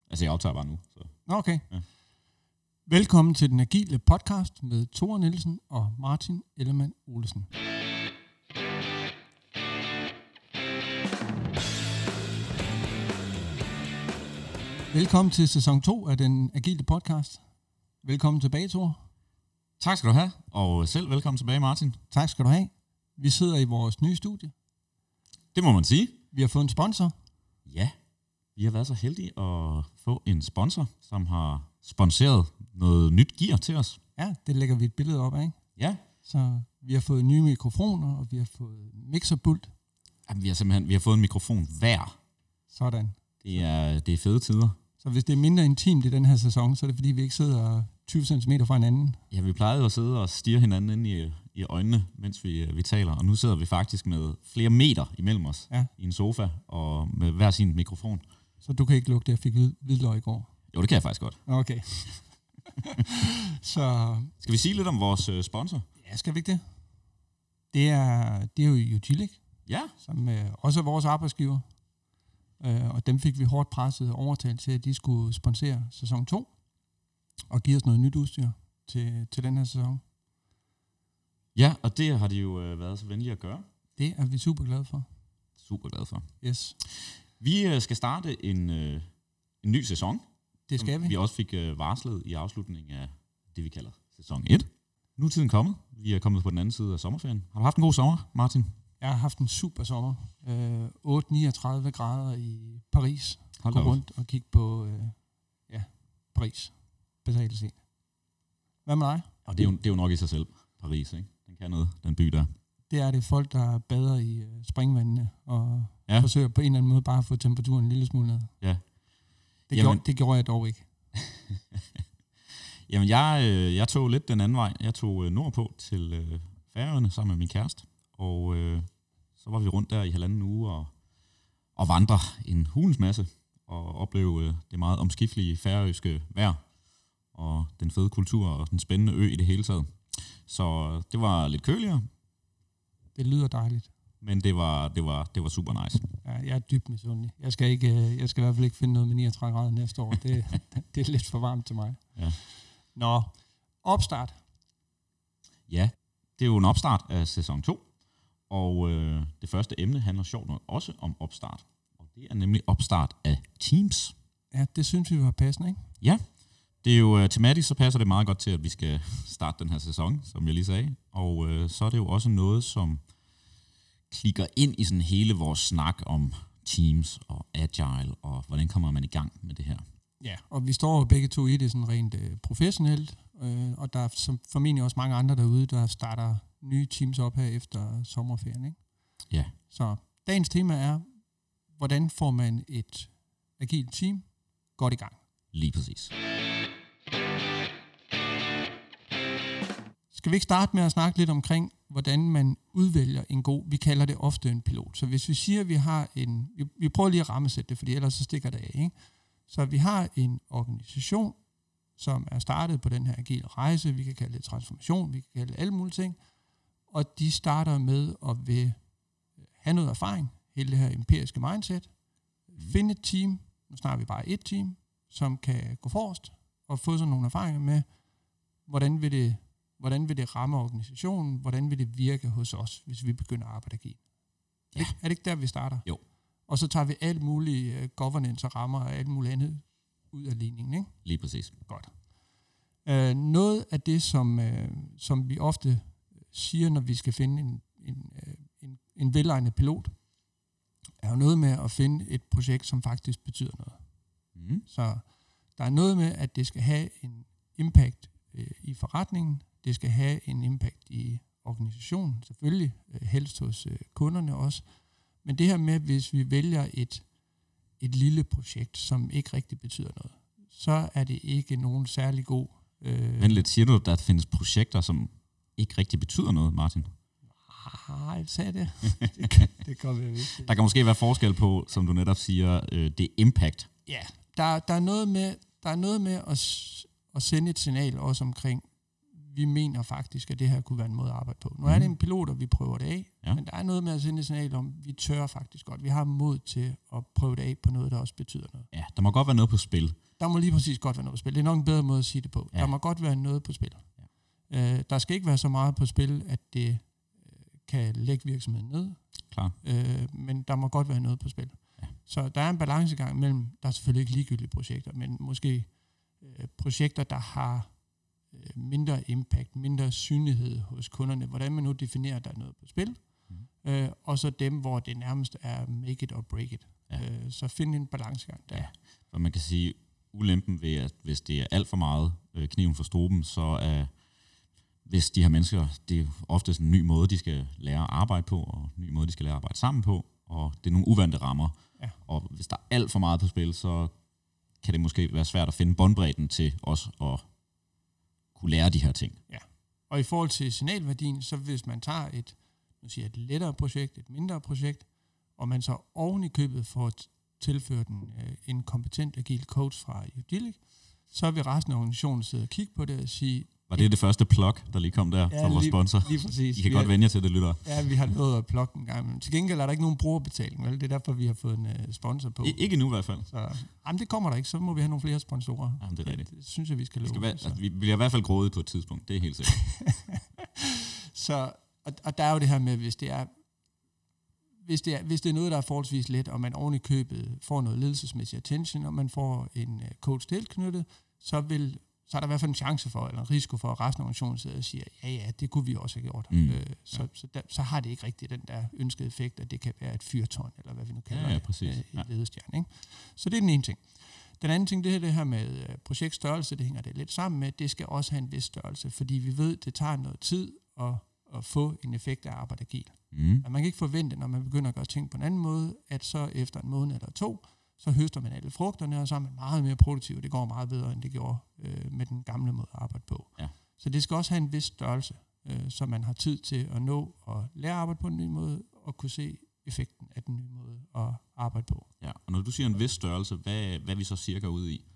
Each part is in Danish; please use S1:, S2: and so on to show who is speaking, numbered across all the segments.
S1: Altså, jeg optager bare nu. Så.
S2: Okay.
S1: Ja.
S2: Velkommen til den agile podcast med Thor Nielsen og Martin Ellemann Olesen. Velkommen til sæson 2 af den agile podcast. Velkommen tilbage, Thor.
S1: Tak skal du have, og selv velkommen tilbage, Martin.
S2: Tak skal du have. Vi sidder i vores nye studie.
S1: Det må man sige.
S2: Vi har fået en sponsor.
S1: Ja, vi har været så heldige at få en sponsor, som har sponsoreret noget nyt gear til os.
S2: Ja, det lægger vi et billede op af.
S1: Ja.
S2: Så vi har fået nye mikrofoner, og vi har fået mixerbult.
S1: Jamen, vi har fået en mikrofon hver.
S2: Sådan.
S1: Det er fede tider.
S2: Så hvis det er mindre intimt i den her sæson, så er det fordi, vi ikke sidder 20 cm fra hinanden.
S1: Ja, vi plejede at sidde og stirre hinanden ind i øjnene, mens vi taler. Og nu sidder vi faktisk med flere meter imellem os i en sofa og med hver sin mikrofon.
S2: Så du kan ikke lugte, at jeg fik hvidløg i går?
S1: Jo, det kan jeg faktisk godt.
S2: Okay. Så
S1: skal vi sige lidt om vores sponsor?
S2: Ja, skal vi ikke det? Det er jo Utilic, som også er vores arbejdsgiver. Og dem fik vi hårdt presset og overtalt til, at de skulle sponsere sæson 2 og give os noget nyt udstyr til den her sæson.
S1: Ja, og det har de jo været så venlige at gøre.
S2: Det er vi super glade for.
S1: Super glade for.
S2: Yes.
S1: Vi skal starte en ny sæson.
S2: Det skal vi.
S1: Vi også fik varslet i afslutningen af det, vi kalder sæson 1. Nu er tiden kommet. Vi er kommet på den anden side af sommerferien. Har du haft en god sommer, Martin?
S2: Jeg har haft en super sommer. 8-39 grader i Paris. Gå rundt og kigge på Paris. Basalt set. Hvad med dig?
S1: Og det er jo nok i sig selv, Paris, ikke? Den kan noget, den by der.
S2: Det er det folk, der bader i springvandene og forsøger på en eller anden måde bare at få temperaturen en lille smule ned.
S1: Ja.
S2: Det gjorde jeg dog ikke.
S1: Jamen, jeg tog lidt den anden vej. Jeg tog nordpå til Færøerne sammen med min kæreste. Og så var vi rundt der i 1,5 uge og vandre en hulens masse. Og opleve det meget omskiftelige færøske vejr. Og den fede kultur og den spændende ø i det hele taget. Så det var lidt køligere. Det
S2: lyder dejligt.
S1: Men det var super nice.
S2: Ja, jeg er dybt misundelig. Jeg skal i hvert fald ikke finde noget med 39 grader næste år. Det er lidt for varmt til mig.
S1: Ja.
S2: Nå, opstart.
S1: Ja, det er jo en opstart af sæson 2. Og det første emne handler sjovt nok også om opstart. Og det er nemlig opstart af Teams.
S2: Ja, det synes vi var passende, ikke?
S1: Ja, det er jo tematisk, så passer det meget godt til, at vi skal starte den her sæson, som jeg lige sagde. Og så er det jo også noget, som klikker ind i sådan hele vores snak om Teams og Agile, og hvordan kommer man i gang med det her.
S2: Ja, og vi står jo begge to i det sådan rent professionelt, og der er formentlig også mange andre derude, der starter nye teams op her efter sommerferien, ikke?
S1: Ja.
S2: Så dagens tema er, hvordan får man et agilt team godt i gang?
S1: Lige præcis.
S2: Skal vi ikke starte med at snakke lidt omkring, hvordan man udvælger en god, vi kalder det ofte en pilot. Så hvis vi siger, at vi har vi prøver lige at rammesætte det, fordi ellers så stikker det af, ikke? Så vi har en organisation, som er startet på den her agile rejse, vi kan kalde det transformation, vi kan kalde det alle mulige ting, og de starter med at vil have noget erfaring, hele det her empiriske mindset, finde et team, nu snakker vi bare et team, som kan gå forrest og få sådan nogle erfaringer med, hvordan vil det ramme organisationen, hvordan vil det virke hos os, hvis vi begynder at arbejde agilt. Ja. Er det ikke der, vi starter?
S1: Jo.
S2: Og så tager vi alt muligt governance og rammer og alt muligt andet ud af ligningen, ikke?
S1: Lige præcis.
S2: Godt. Noget af det, som vi ofte siger, når vi skal finde en velegnet pilot, er jo noget med at finde et projekt, som faktisk betyder noget.
S1: Mm.
S2: Så der er noget med, at det skal have en impact i forretningen, det skal have en impact i organisationen, selvfølgelig, helst hos kunderne også. Men det her med, hvis vi vælger et lille projekt, som ikke rigtig betyder noget, så er det ikke nogen særlig god...
S1: Men lidt siger du, at der findes projekter, som ikke rigtig betyder noget, Martin?
S2: Nej, jeg sagde det. Det kommer jeg vist.
S1: Der kan måske være forskel på, som du netop siger, det impact.
S2: Ja, der er noget med at sende et signal også omkring, vi mener faktisk, at det her kunne være en måde at arbejde på. Nu er det en pilot, og vi prøver det af, men der er noget med at sende et signal om, vi tør faktisk godt. Vi har mod til at prøve det af på noget, der også betyder noget.
S1: Ja, der må godt være noget på spil.
S2: Der må lige præcis godt være noget på spil. Det er nok en bedre måde at sige det på. Ja. Der må godt være noget på spil. Ja. Der skal ikke være så meget på spil, at det kan lægge virksomheden ned.
S1: Klar.
S2: Men der må godt være noget på spil. Ja. Så der er en balancegang mellem, der er selvfølgelig ikke ligegyldige projekter, men måske projekter, der har mindre impact, mindre synlighed hos kunderne. Hvordan man nu definerer, at der er noget på spil. Og så dem, hvor det nærmest er make it or break it. Ja. Så find en balancegang der.
S1: Ja. For man kan sige, ulempen ved, at hvis det er alt for meget kniven for struben, så er hvis de her mennesker, det er ofte en ny måde, de skal lære at arbejde på, og en ny måde, de skal lære at arbejde sammen på, og det er nogle uvante rammer. Ja. Og hvis der er alt for meget på spil, så kan det måske være svært at finde båndbredden til os at kunne lære de her ting.
S2: Ja. Og i forhold til signalværdien, så hvis man tager et lettere projekt, et mindre projekt, og man så oven i købet får tilført en kompetent agil coach fra Udilic, så vil resten af organisationen sidde og kigge på det og sige...
S1: Var det første plug, der lige kom der fra vores sponsor?
S2: Lige præcis.
S1: I kan godt vende jer til det, lytter.
S2: Ja, vi har lovet at plukke en gang. Men til gengæld er der ikke nogen brugerbetaling, vel? Det er derfor, vi har fået en sponsor på.
S1: Ikke nu i hvert fald.
S2: Så, det kommer der ikke. Så må vi have nogle flere sponsorer.
S1: Jamen, det er rigtigt.
S2: Det synes jeg, vi skal love.
S1: Vi bliver i hvert fald grådige på et tidspunkt. Det er helt sikkert.
S2: Så, og der er jo det her med, hvis det er noget, der er forholdsvis let, og man oven i købet får noget ledelsesmæssig attention, og man får en coach tilknyttet, så er der i hvert fald en chance for, eller en risiko for, at resten af organisationen sidder og siger, ja, det kunne vi også have gjort. Så har det ikke rigtig den der ønskede effekt, at det kan være et fyrtårn, eller hvad vi nu kalder et ledestjerne. Ikke? Så det er den ene ting. Den anden ting, det her med projektstørrelse, det hænger det lidt sammen med, det skal også have en vis størrelse, fordi vi ved, det tager noget tid at få en effekt af arbejde agil. Men man kan ikke forvente, når man begynder at gøre ting på en anden måde, at så efter en måned eller to, så høster man alle frugterne, og så er man meget mere produktiv. Det går meget bedre, end det gjorde med den gamle måde at arbejde på. Ja. Så det skal også have en vis størrelse, så man har tid til at nå at lære at arbejde på en ny måde, og kunne se effekten af den nye måde at arbejde på.
S1: Ja, og når du siger en vis størrelse, hvad er vi så cirka ude i?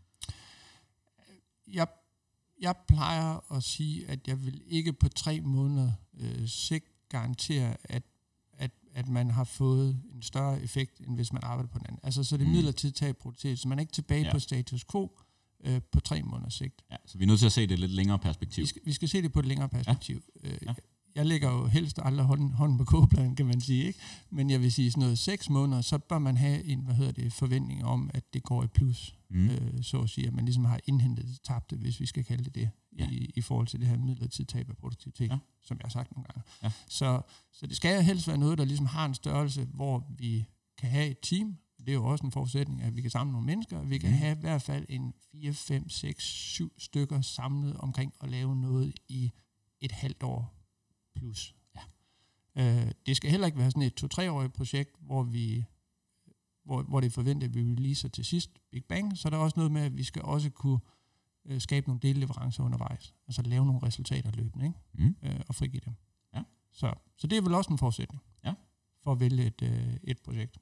S2: Jeg plejer at sige, at jeg vil ikke på 3 måneder sigt garantere, at man har fået en større effekt, end hvis man arbejder på den anden. Altså, så det er midlertidigt tab produktivitet, så man er ikke tilbage på status quo på 3 måneders sigt.
S1: Ja, så vi er nødt til at se det i et lidt længere perspektiv.
S2: Vi skal se det på et længere perspektiv. Ja. Jeg lægger jo helst aldrig hånden på kogepladen, kan man sige, ikke? Men jeg vil sige, sådan noget 6 måneder, så bør man have en, forventning om, at det går i plus, så at sige, at man ligesom har indhentet det tabte, hvis vi skal kalde det i forhold til det her midlertidigt tab af produktivitet, som jeg har sagt nogle gange. Ja. Så det skal helst være noget, der ligesom har en størrelse, hvor vi kan have et team. Det er jo også en forudsætning, at vi kan samle nogle mennesker. Vi kan have i hvert fald en 4, 5, 6, 7 stykker samlet omkring at lave noget i et halvt år plus. Ja. Det skal heller ikke være sådan et 2-3-årigt projekt, hvor det er forventet, at vi releaser til sidst Big Bang. Så er der også noget med, at vi skal også kunne skabe nogle delleverancer undervejs. Altså lave nogle resultater løbende, ikke? Og frigive dem. Ja. Så det er vel også en forudsætning for at vælge et projekt.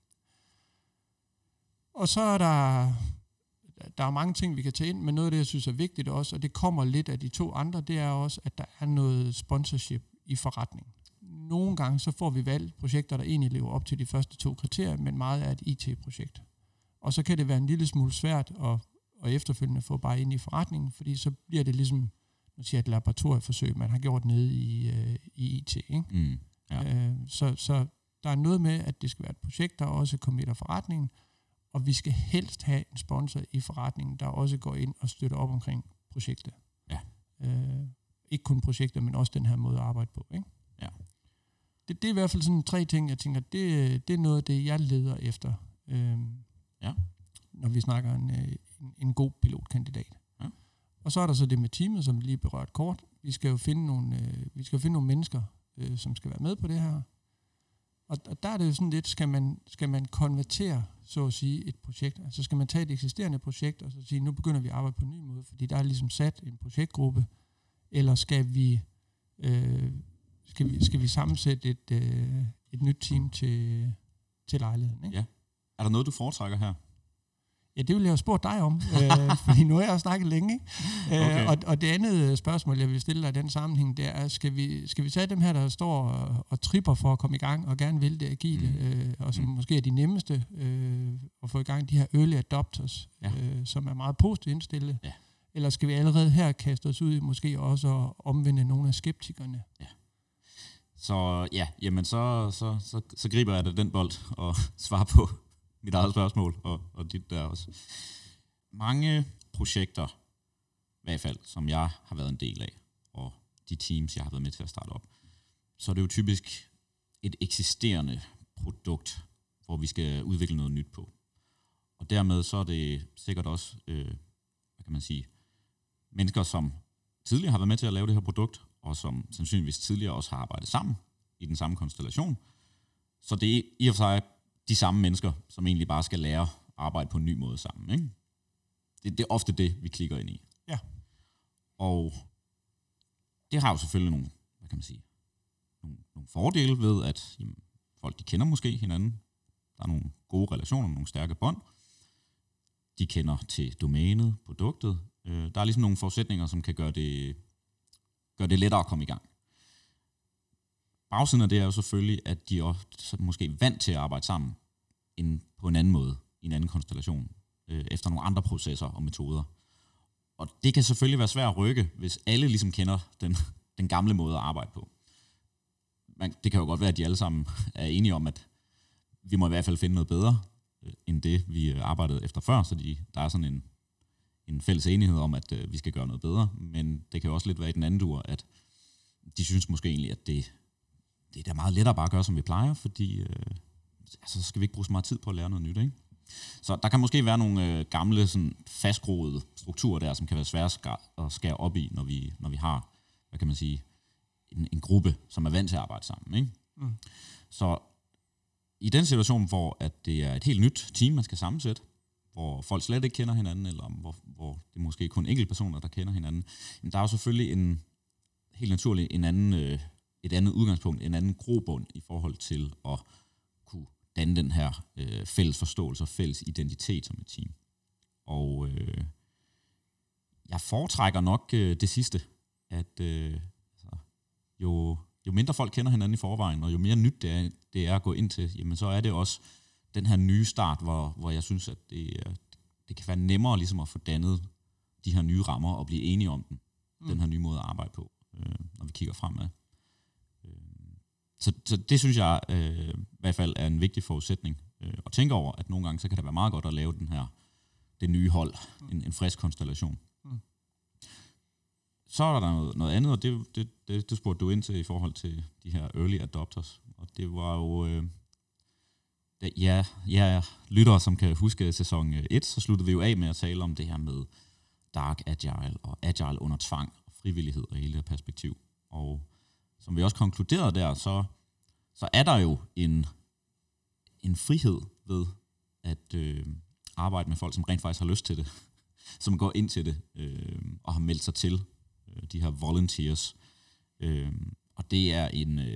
S2: Og så er der er mange ting, vi kan tage ind, men noget af det, jeg synes er vigtigt også, og det kommer lidt af de 2 andre, det er også, at der er noget sponsorship i forretning. Nogle gange så får vi valgt projekter, der egentlig lever op til de første 2 kriterier, men meget er et IT-projekt. Og så kan det være en lille smule svært at efterfølgende få bare ind i forretningen, fordi så bliver det ligesom et laboratorieforsøg, man har gjort nede i IT. Ikke? Så der er noget med, at det skal være et projekt, der også committer forretningen, og vi skal helst have en sponsor i forretningen, der også går ind og støtter op omkring projektet. Ja. Ikke kun projekter, men også den her måde at arbejde på. Ikke? Ja. Det er i hvert fald sådan 3 ting, jeg tænker, det er noget af det, jeg leder efter, når vi snakker en god pilotkandidat. Ja. Og så er der så det med teamet, som vi lige berørt kort. Vi skal jo finde nogle mennesker, som skal være med på det her. Og der er det jo sådan lidt, skal man konvertere, så at sige, et projekt. Altså skal man tage et eksisterende projekt, og så sige, nu begynder vi at arbejde på en ny måde, fordi der er ligesom sat en projektgruppe, eller skal vi sammensætte et nyt team til lejligheden? Ikke?
S1: Ja. Er der noget, du foretrækker her?
S2: Ja, det ville jeg have spurgt dig om, fordi nu har jeg snakket længe.
S1: Okay.
S2: Og det andet spørgsmål, jeg vil stille dig i den sammenhæng, det er, skal vi tage dem her, der står og tripper for at komme i gang, og gerne vil det agile, og som måske er de nemmeste at få i gang, de her early adopters, som er meget positivt indstillet?
S1: Ja.
S2: Eller skal vi allerede her kaste os ud i måske også at omvende nogle af skeptikerne?
S1: Ja. Så ja, jamen så griber jeg da den bold og svarer på mit eget spørgsmål, og dit der også. Mange projekter, i hvert fald, som jeg har været en del af, og de teams, jeg har været med til at starte op, så er det jo typisk et eksisterende produkt, hvor vi skal udvikle noget nyt på. Og dermed så er det sikkert også, hvad kan man sige, mennesker, som tidligere har været med til at lave det her produkt, og som sandsynligvis tidligere også har arbejdet sammen i den samme konstellation. Så det er i og for sig de samme mennesker, som egentlig bare skal lære at arbejde på en ny måde sammen. Ikke? Det er ofte det, vi klikker ind i.
S2: Ja.
S1: Og det har jo selvfølgelig nogle, hvad kan man sige, nogle fordele ved, at jamen, folk de kender måske hinanden. Der er nogle gode relationer, nogle stærke bånd. De kender til domænet, produktet. Der er ligesom nogle forudsætninger, som kan gøre det lettere at komme i gang. Bagsiden af det er jo selvfølgelig, at de også måske er vant til at arbejde sammen på en anden måde, i en anden konstellation, efter nogle andre processer og metoder. Og det kan selvfølgelig være svært at rykke, hvis alle ligesom kender den gamle måde at arbejde på. Det kan jo godt være, at de alle sammen er enige om, at vi må i hvert fald finde noget bedre, end det vi arbejdede efter før, så der er sådan en fælles enighed om, at vi skal gøre noget bedre, men det kan jo også lidt være i den anden dur, at de synes måske egentlig, at det er da meget lettere bare at gøre, som vi plejer, fordi så skal vi ikke bruge så meget tid på at lære noget nyt, ikke? Så der kan måske være nogle gamle, sådan fastgroede strukturer der, som kan være svære at skære op i, når vi har, hvad kan man sige, en gruppe, som er vant til at arbejde sammen, ikke? Mm. Så i den situation, hvor at det er et helt nyt team, man skal sammensætte, hvor folk slet ikke kender hinanden, eller hvor det er måske kun enkelte personer, der kender hinanden, men der er jo selvfølgelig helt naturligt et andet udgangspunkt, en anden grobund i forhold til at kunne danne den her fælles forståelse og fælles identitet som et team. Og jeg foretrækker nok det sidste, at jo mindre folk kender hinanden i forvejen, og jo mere nyt det er at gå ind til, jamen så er det også den her nye start, hvor jeg synes, at det kan være nemmere ligesom at få dannet de her nye rammer og blive enige om den her nye måde at arbejde på, når vi kigger fremad. Så det synes jeg i hvert fald er en vigtig forudsætning at tænke over, at nogle gange så kan det være meget godt at lave det nye hold, en frisk konstellation. Så er der noget andet, og det spurgte du ind til i forhold til de her early adopters. Og det var jo, lyttere, som kan huske sæson 1, så sluttede vi jo af med at tale om det her med dark agile og agile under tvang og frivillighed og hele det perspektiv. Og som vi også konkluderede der, så er der jo en frihed ved at arbejde med folk, som rent faktisk har lyst til det, som går ind til det og har meldt sig til de her volunteers. Og det er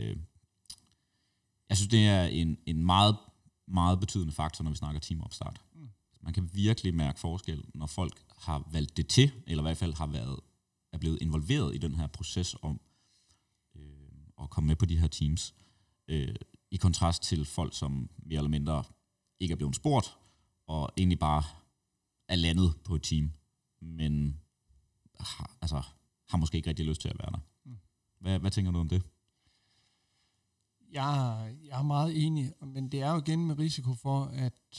S1: jeg synes, det er en meget, meget betydende faktor, når vi snakker teamopstart. Man kan virkelig mærke forskel, når folk har valgt det til, eller i hvert fald er blevet involveret i den her proces om at komme med på de her teams, i kontrast til folk, som mere eller mindre ikke er blevet spurgt, og egentlig bare er landet på et team, men har måske ikke rigtig lyst til at være der. Hvad tænker du om det?
S2: Jeg er meget enig, men det er jo igen med risiko for,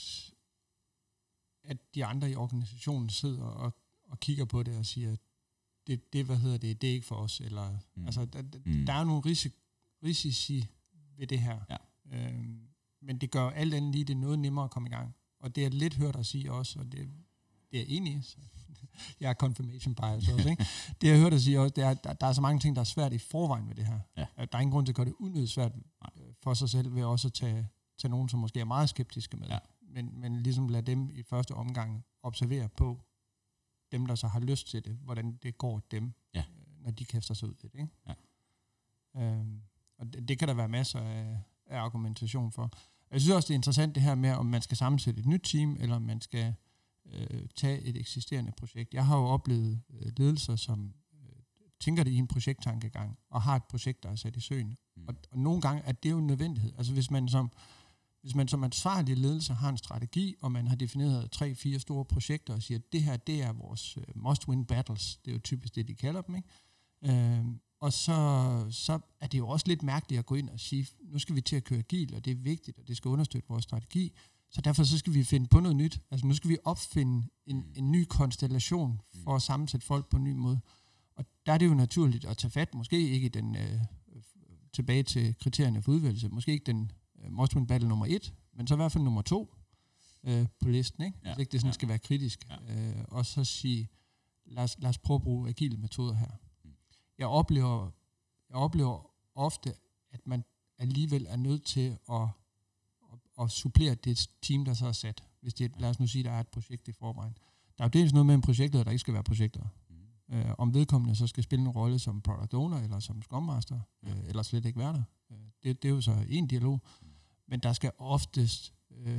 S2: at de andre i organisationen sidder og kigger på det og siger, det er ikke for os, eller der er nogle risici ved det her. Ja. Men det gør alt andet lige det noget nemmere at komme i gang. Og det er lidt hørt at sige også, og det er enig i. Jeg er confirmation bias også, ikke? Det jeg hørt at sige også, det er, at der er så mange ting, der er svært i forvejen med det her. Ja. Der er ingen grund til at gøre det unødigt svært for sig selv, ved også at tage nogen, som måske er meget skeptiske med. Ja. Men ligesom lade dem i første omgang observere på dem, der så har lyst til det, hvordan det går dem, når de kaster sig ud i det, ikke? Ja. Og det kan der være masser af argumentation for. Jeg synes også, det er interessant det her med, om man skal sammensætte et nyt team, eller om man skal tage et eksisterende projekt. Jeg har jo oplevet ledelser, som tænker det i en projekttankegang, og har et projekt, der er sat i søen. Og nogle gange er det jo en nødvendighed. Altså hvis man som ansvarlig ledelse har en strategi, og man har defineret 3-4 store projekter, og siger, at det her, det er vores must-win battles, det er jo typisk det, de kalder dem, ikke? Og så er det jo også lidt mærkeligt at gå ind og sige, nu skal vi til at køre agil, og det er vigtigt, og det skal understøtte vores strategi. Så derfor så skal vi finde på noget nyt. Altså nu skal vi opfinde en ny konstellation for at sammensætte folk på en ny måde. Og der er det jo naturligt at tage fat, måske ikke i den tilbage til kriterierne for udvælgelse, måske ikke den must-win battle nummer 1, men så i hvert fald nummer 2 på listen, ikke? Hvis ikke det sådan skal være kritisk. Og så sige, lad os prøve at bruge agile metoder her. Jeg oplever ofte, at man alligevel er nødt til at supplere det team, der så er sat. Hvis det, lad os nu sige, der er et projekt i forvejen. Der er jo dels noget med en projektleder, der ikke skal være projekter. Om vedkommende så skal spille en rolle som product owner, eller som scrum master, eller slet ikke være der. Det er jo så en dialog. Men der skal oftest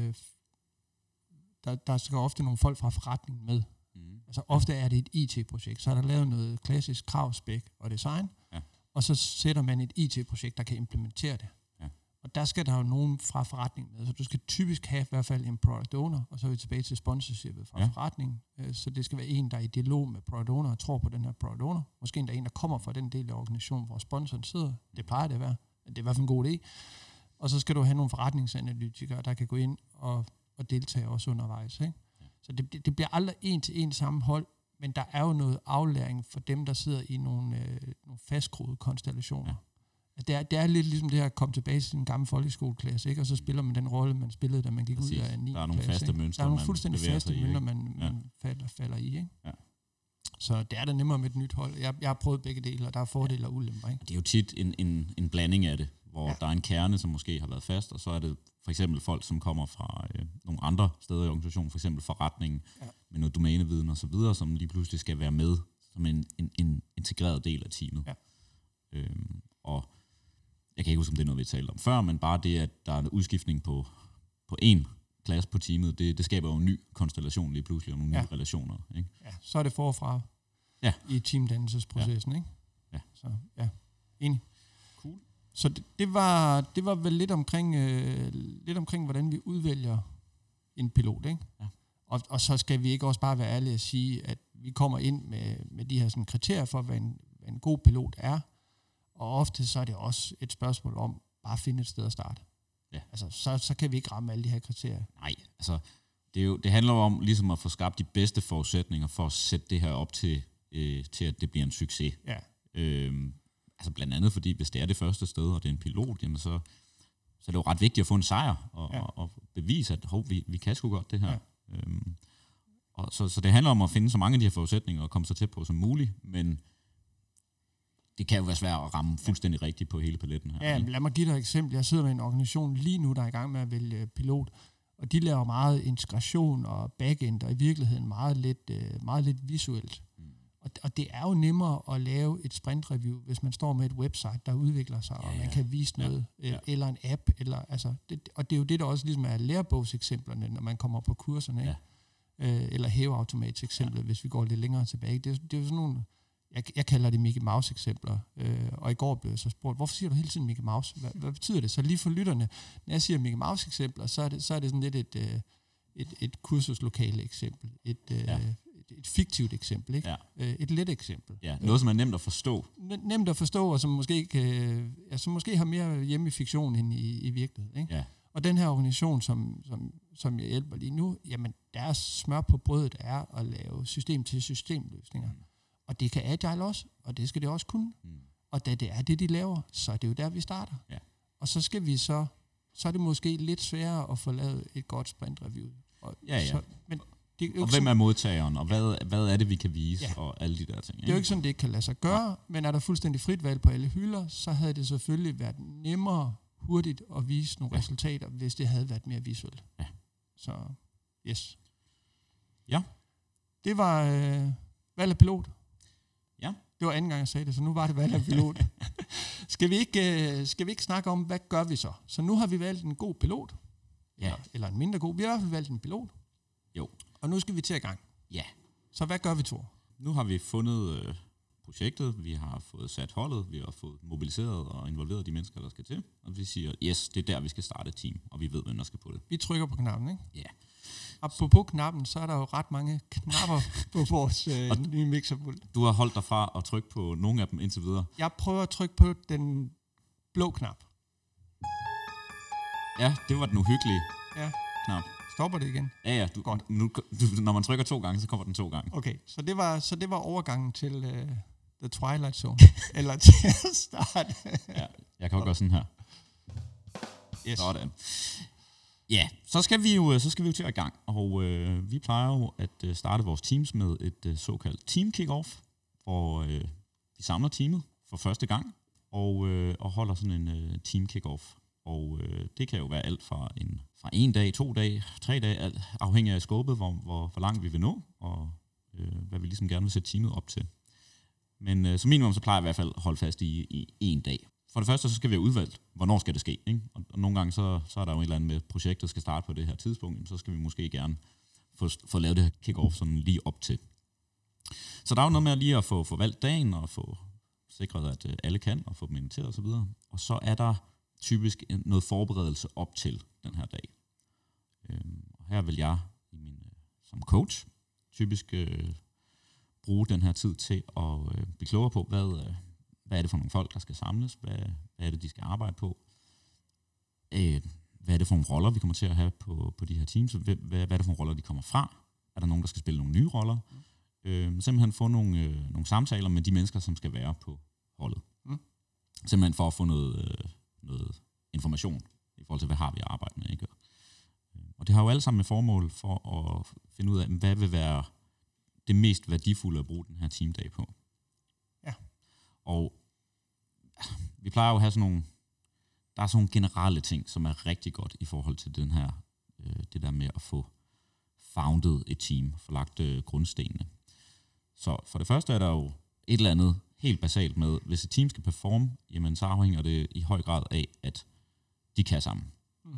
S2: der skal ofte nogle folk fra forretningen med. Altså ofte er det et IT-projekt, så er der lavet noget klassisk kravspæk og design, og så sætter man et IT-projekt, der kan implementere det. Og der skal der jo nogen fra forretningen med, så du skal typisk have i hvert fald en product owner, og så er vi tilbage til sponsorshipet fra forretningen, så det skal være en, der er i dialog med product owner og tror på den her product owner. Måske endda en, der kommer fra den del af organisationen, hvor sponsoren sidder. Det plejer det at være. Det er i hvert fald en god idé. Og så skal du have nogle forretningsanalytikere, der kan gå ind og deltage også undervejs. Ikke? Så det bliver aldrig en til en samme hold, men der er jo noget aflæring for dem, der sidder i nogle fastgroede konstellationer. Det er lidt ligesom det her at komme tilbage til en gammel folkeskoleklasse, ikke? Og så spiller man den rolle, man spillede, da man gik ud af 9. klasse.
S1: Der er nogle faste mønstre,
S2: der er nogle fuldstændig faste mønstre, man falder i. Ikke? Ja. Så det er da nemmere med et nyt hold. Jeg har prøvet begge dele, og der er fordele og ulemper. Ikke?
S1: Det er jo tit en blanding af det, hvor der er en kerne, som måske har været fast, og så er det for eksempel folk, som kommer fra nogle andre steder i organisationen, for eksempel forretningen, med noget domæneviden og så videre, som lige pludselig skal være med som en integreret del af teamet. Ja. Og jeg kan ikke huske, om det er noget, vi talte om før, men bare det, at der er en udskiftning på én klasse på teamet, det skaber jo en ny konstellation lige pludselig, og nogle nye relationer. Ikke?
S2: Ja, så er det forfra i teamdannelsesprocessen, ikke? Ja. Så enig.
S1: Cool.
S2: Så det var vel lidt omkring, hvordan vi udvælger en pilot, ikke? Ja. Og så skal vi ikke også bare være ærlige og sige, at vi kommer ind med de her sådan kriterier for, hvad en god pilot er. Og ofte så er det også et spørgsmål om bare at finde et sted at starte. Ja. Altså, så kan vi ikke ramme alle de her kriterier.
S1: Nej, altså det handler jo om ligesom at få skabt de bedste forudsætninger for at sætte det her op til at det bliver en succes. Ja. Altså blandt andet fordi, hvis det er det første sted, og det er en pilot, jamen så er det jo ret vigtigt at få en sejr og bevise, at vi kan sgu godt det her. Ja. Og så det handler om at finde så mange af de her forudsætninger og komme så tæt på som muligt, men det kan jo være svært at ramme fuldstændig rigtigt på hele paletten her.
S2: Ja, lad mig give dig et eksempel. Jeg sidder med en organisation lige nu, der er i gang med at vælge pilot, og de laver meget integration og backend, og i virkeligheden meget lidt visuelt. Og det er jo nemmere at lave et sprintreview, hvis man står med et website, der udvikler sig, og man kan vise noget, eller en app, og det er jo det, der også ligesom er lærebogseksemplerne, når man kommer på kurserne, ikke? Eller hæveautomatseksemplet, hvis vi går lidt længere tilbage. Det er jo sådan nogle, jeg kalder det Mickey Mouse-eksempler, og i går blev jeg så spurgt, hvorfor siger du hele tiden Mickey Mouse? Hvad betyder det? Så lige for lytterne, når jeg siger Mickey Mouse-eksempler, så er det sådan lidt et kursuslokale eksempel, et fiktivt eksempel, ikke? Ja. Et let eksempel.
S1: Ja, noget, som er nemt at forstå.
S2: Nemt at forstå, og som måske har mere hjemme i fiktion end i virkeligheden. Ikke? Ja. Og den her organisation, som jeg hjælper lige nu, jamen deres smør på brødet er at lave system-til-system-løsninger. Og det kan Agile også, og det skal det også kunne. Og da det er det, de laver, så er det jo der, vi starter. Ja. Og så skal vi så er det måske lidt sværere at få lavet et godt sprintreview. Men
S1: og hvem er modtageren, og hvad er det, vi kan vise, og alle de der ting. Ikke?
S2: Det er jo ikke sådan, det ikke kan lade sig gøre, men er der fuldstændig frit valg på alle hylder, så havde det selvfølgelig været nemmere hurtigt at vise nogle resultater, hvis det havde været mere visuelt. Ja. Så, yes.
S1: Ja.
S2: Det var valg af pilot.
S1: Ja.
S2: Det var anden gang, jeg sagde det, så nu var det valg af pilot. Skal vi ikke snakke om, hvad gør vi så? Så nu har vi valgt en god pilot, eller en mindre god. Vi har i hvert fald valgt en pilot.
S1: Jo.
S2: Og nu skal vi til i gang.
S1: Ja.
S2: Så hvad gør vi, Thor?
S1: Nu har vi fundet projektet, vi har fået sat holdet, vi har fået mobiliseret og involveret de mennesker, der skal til. Og vi siger, yes, det er der, vi skal starte et team, og vi ved, hvem der skal på det.
S2: Vi trykker på knappen, ikke?
S1: Ja.
S2: Apropos knappen, så er der jo ret mange knapper på vores nye mixerpult.
S1: Du har holdt dig fra at trykke på nogle af dem indtil videre.
S2: Jeg prøver at trykke på den blå knap.
S1: Ja, det var den uhyggelige knap.
S2: Stopper det igen?
S1: Ja, når man trykker 2 gange, så kommer den 2 gange.
S2: Okay, så det var overgangen til The Twilight Zone. Eller til at starte.
S1: Ja, jeg kan jo gøre sådan her.
S2: Yes.
S1: Sådan. Ja, så skal vi jo til at i gang, og vi plejer jo at starte vores teams med et såkaldt team kick-off, hvor vi samler teamet for første gang og holder sådan en team kick-off. Og det kan jo være alt fra 1 dag, 2 dage, 3 dage, alt afhængig af skåbet, hvor langt vi vil nå, og hvad vi ligesom gerne vil sætte teamet op til. Men som minimum, så plejer jeg i hvert fald at holde fast i 1 dag. For det første, så skal vi have udvalgt, hvornår skal det ske. Ikke? Og nogle gange, så er der jo et eller andet med, projektet skal starte på det her tidspunkt, så skal vi måske gerne få lavet det her kick-off sådan lige op til. Så der er jo noget med lige at få valgt dagen, og få sikret, at alle kan, og få dem inviteret osv. Og så er der typisk noget forberedelse op til den her dag. Og her vil jeg som coach typisk bruge den her tid til at blive klogere på, hvad er det for nogle folk, der skal samles, hvad er det, de skal arbejde på, hvad er det for nogle roller, vi kommer til at have på de her teams, hvad er det for nogle roller, de kommer fra, er der nogen, der skal spille nogle nye roller, simpelthen få nogle samtaler med de mennesker, som skal være på holdet. Simpelthen for at få noget information i forhold til, hvad har vi at arbejde med. Ikke? Og det har jo alle sammen med formål for at finde ud af, hvad vil være det mest værdifulde at bruge den her teamdag på.
S2: Ja.
S1: Og vi plejer jo at have der er sådan nogle generelle ting, som er rigtig godt i forhold til den her, det der med at få founded et team, få lagt grundstenene. Så for det første er der jo et eller andet helt basalt med, hvis et team skal performe, jamen så afhænger det i høj grad af, at de kan sammen.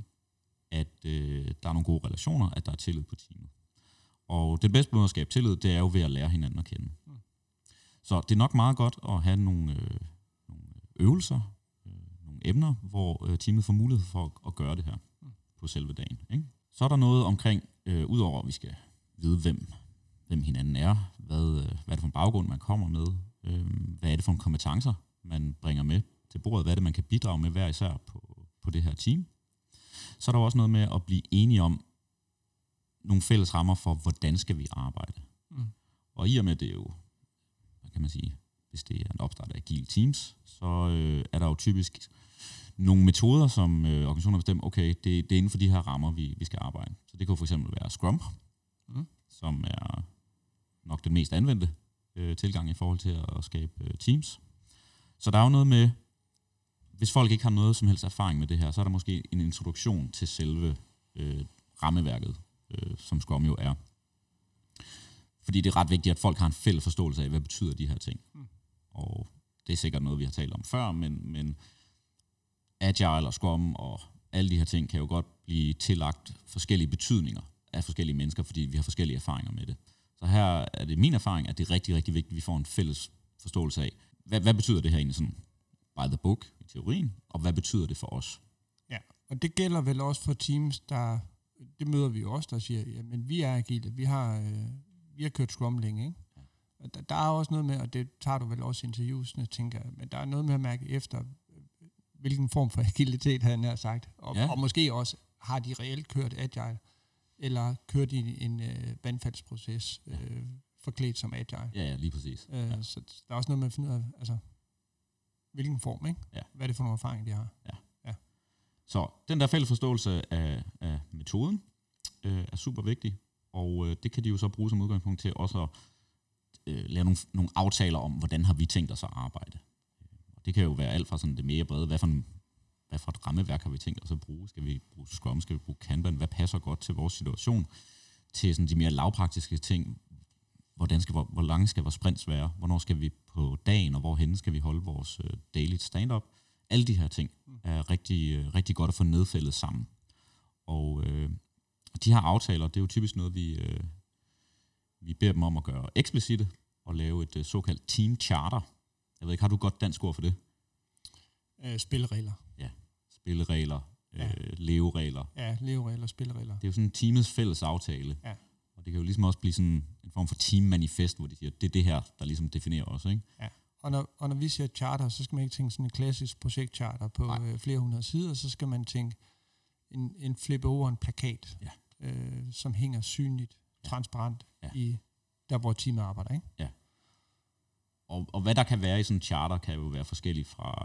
S1: At der er nogle gode relationer, at der er tillid på teamet. Og det bedste måde at skabe tillid, det er jo ved at lære hinanden at kende. Så det er nok meget godt at have nogle øvelser, nogle emner, hvor teamet får mulighed for at gøre det her på selve dagen. Ikke? Så er der noget omkring, udover at vi skal vide, hvem hinanden er, hvad er det for en baggrund, man kommer med, hvad er det for nogle kompetencer, man bringer med til bordet, hvad er det, man kan bidrage med hver især på det her team. Så er der også noget med at blive enige om nogle fælles rammer for, hvordan skal vi arbejde. Og i og med det er jo, hvad kan man sige, hvis det er en opstart af agile teams, så er der jo typisk nogle metoder, som organisationer bestemmer, okay, det er inden for de her rammer, vi skal arbejde. Så det kan for eksempel være Scrum, som er nok den mest anvendte tilgang i forhold til at skabe teams. Så der er jo noget med, hvis folk ikke har noget som helst erfaring med det her, så er der måske en introduktion til selve rammeværket, som Scrum jo er. Fordi det er ret vigtigt, at folk har en fælles forståelse af, hvad betyder de her ting. Og det er sikkert noget, vi har talt om før, men Agile og Scrum og alle de her ting kan jo godt blive tillagt forskellige betydninger af forskellige mennesker, fordi vi har forskellige erfaringer med det. Så her er det min erfaring, at det er rigtig, rigtig vigtigt, at vi får en fælles forståelse af, hvad betyder det her egentlig sådan by the book i teorien, og hvad betyder det for os?
S2: Ja, og det gælder vel også for teams, det møder vi jo også, der siger, jamen vi er agile, vi har kørt Scrum længe, ikke? Ja. Der er også noget med, og det tager du vel også interviewsene, tænker jeg, men der er noget med at mærke efter, hvilken form for agilitet han har sagt, og måske også, har de reelt kørt agile, eller kørt i en vandfaldsproces, forklædt som agile.
S1: Ja, lige præcis.
S2: Så der er også noget med at finde ud af, altså, hvilken form, ikke?
S1: Ja.
S2: Hvad er det for nogle erfaringer, de har?
S1: Ja. Så den der fælles forståelse af metoden er super vigtig, og det kan de jo så bruge som udgangspunkt til også at lave nogle aftaler om, hvordan har vi tænkt os at arbejde. Og det kan jo være alt fra sådan det mere brede, hvad for et rammeværk har vi tænkt os at bruge? Skal vi bruge Scrum? Skal vi bruge Kanban? Hvad passer godt til vores situation? Til sådan de mere lavpraktiske ting. Hvor lange skal vores sprints være? Hvornår skal vi på dagen, og hvorhen skal vi holde vores daily stand-up? Alle de her ting er rigtig, rigtig godt at få nedfældet sammen. Og de her aftaler, det er jo typisk noget, Vi beder dem om at gøre eksplicite og lave et såkaldt team charter. Jeg ved ikke, har du godt dansk ord for det?
S2: Spilleregler.
S1: Ja, spilleregler, leveregler.
S2: Ja, leveregler, spilleregler.
S1: Det er jo sådan teamets fælles aftale.
S2: Ja.
S1: Og det kan jo ligesom også blive sådan en form for teammanifest, hvor de siger, det er det her, der ligesom definerer os, ikke?
S2: Ja. Og når vi siger charter, så skal man ikke tænke sådan en klassisk projektcharter på flere hundrede sider, så skal man tænke en flip over en plakat, som hænger synligt, transparent i der, hvor teamet arbejder, ikke?
S1: Ja. Og hvad der kan være i sådan en charter, kan jo være forskelligt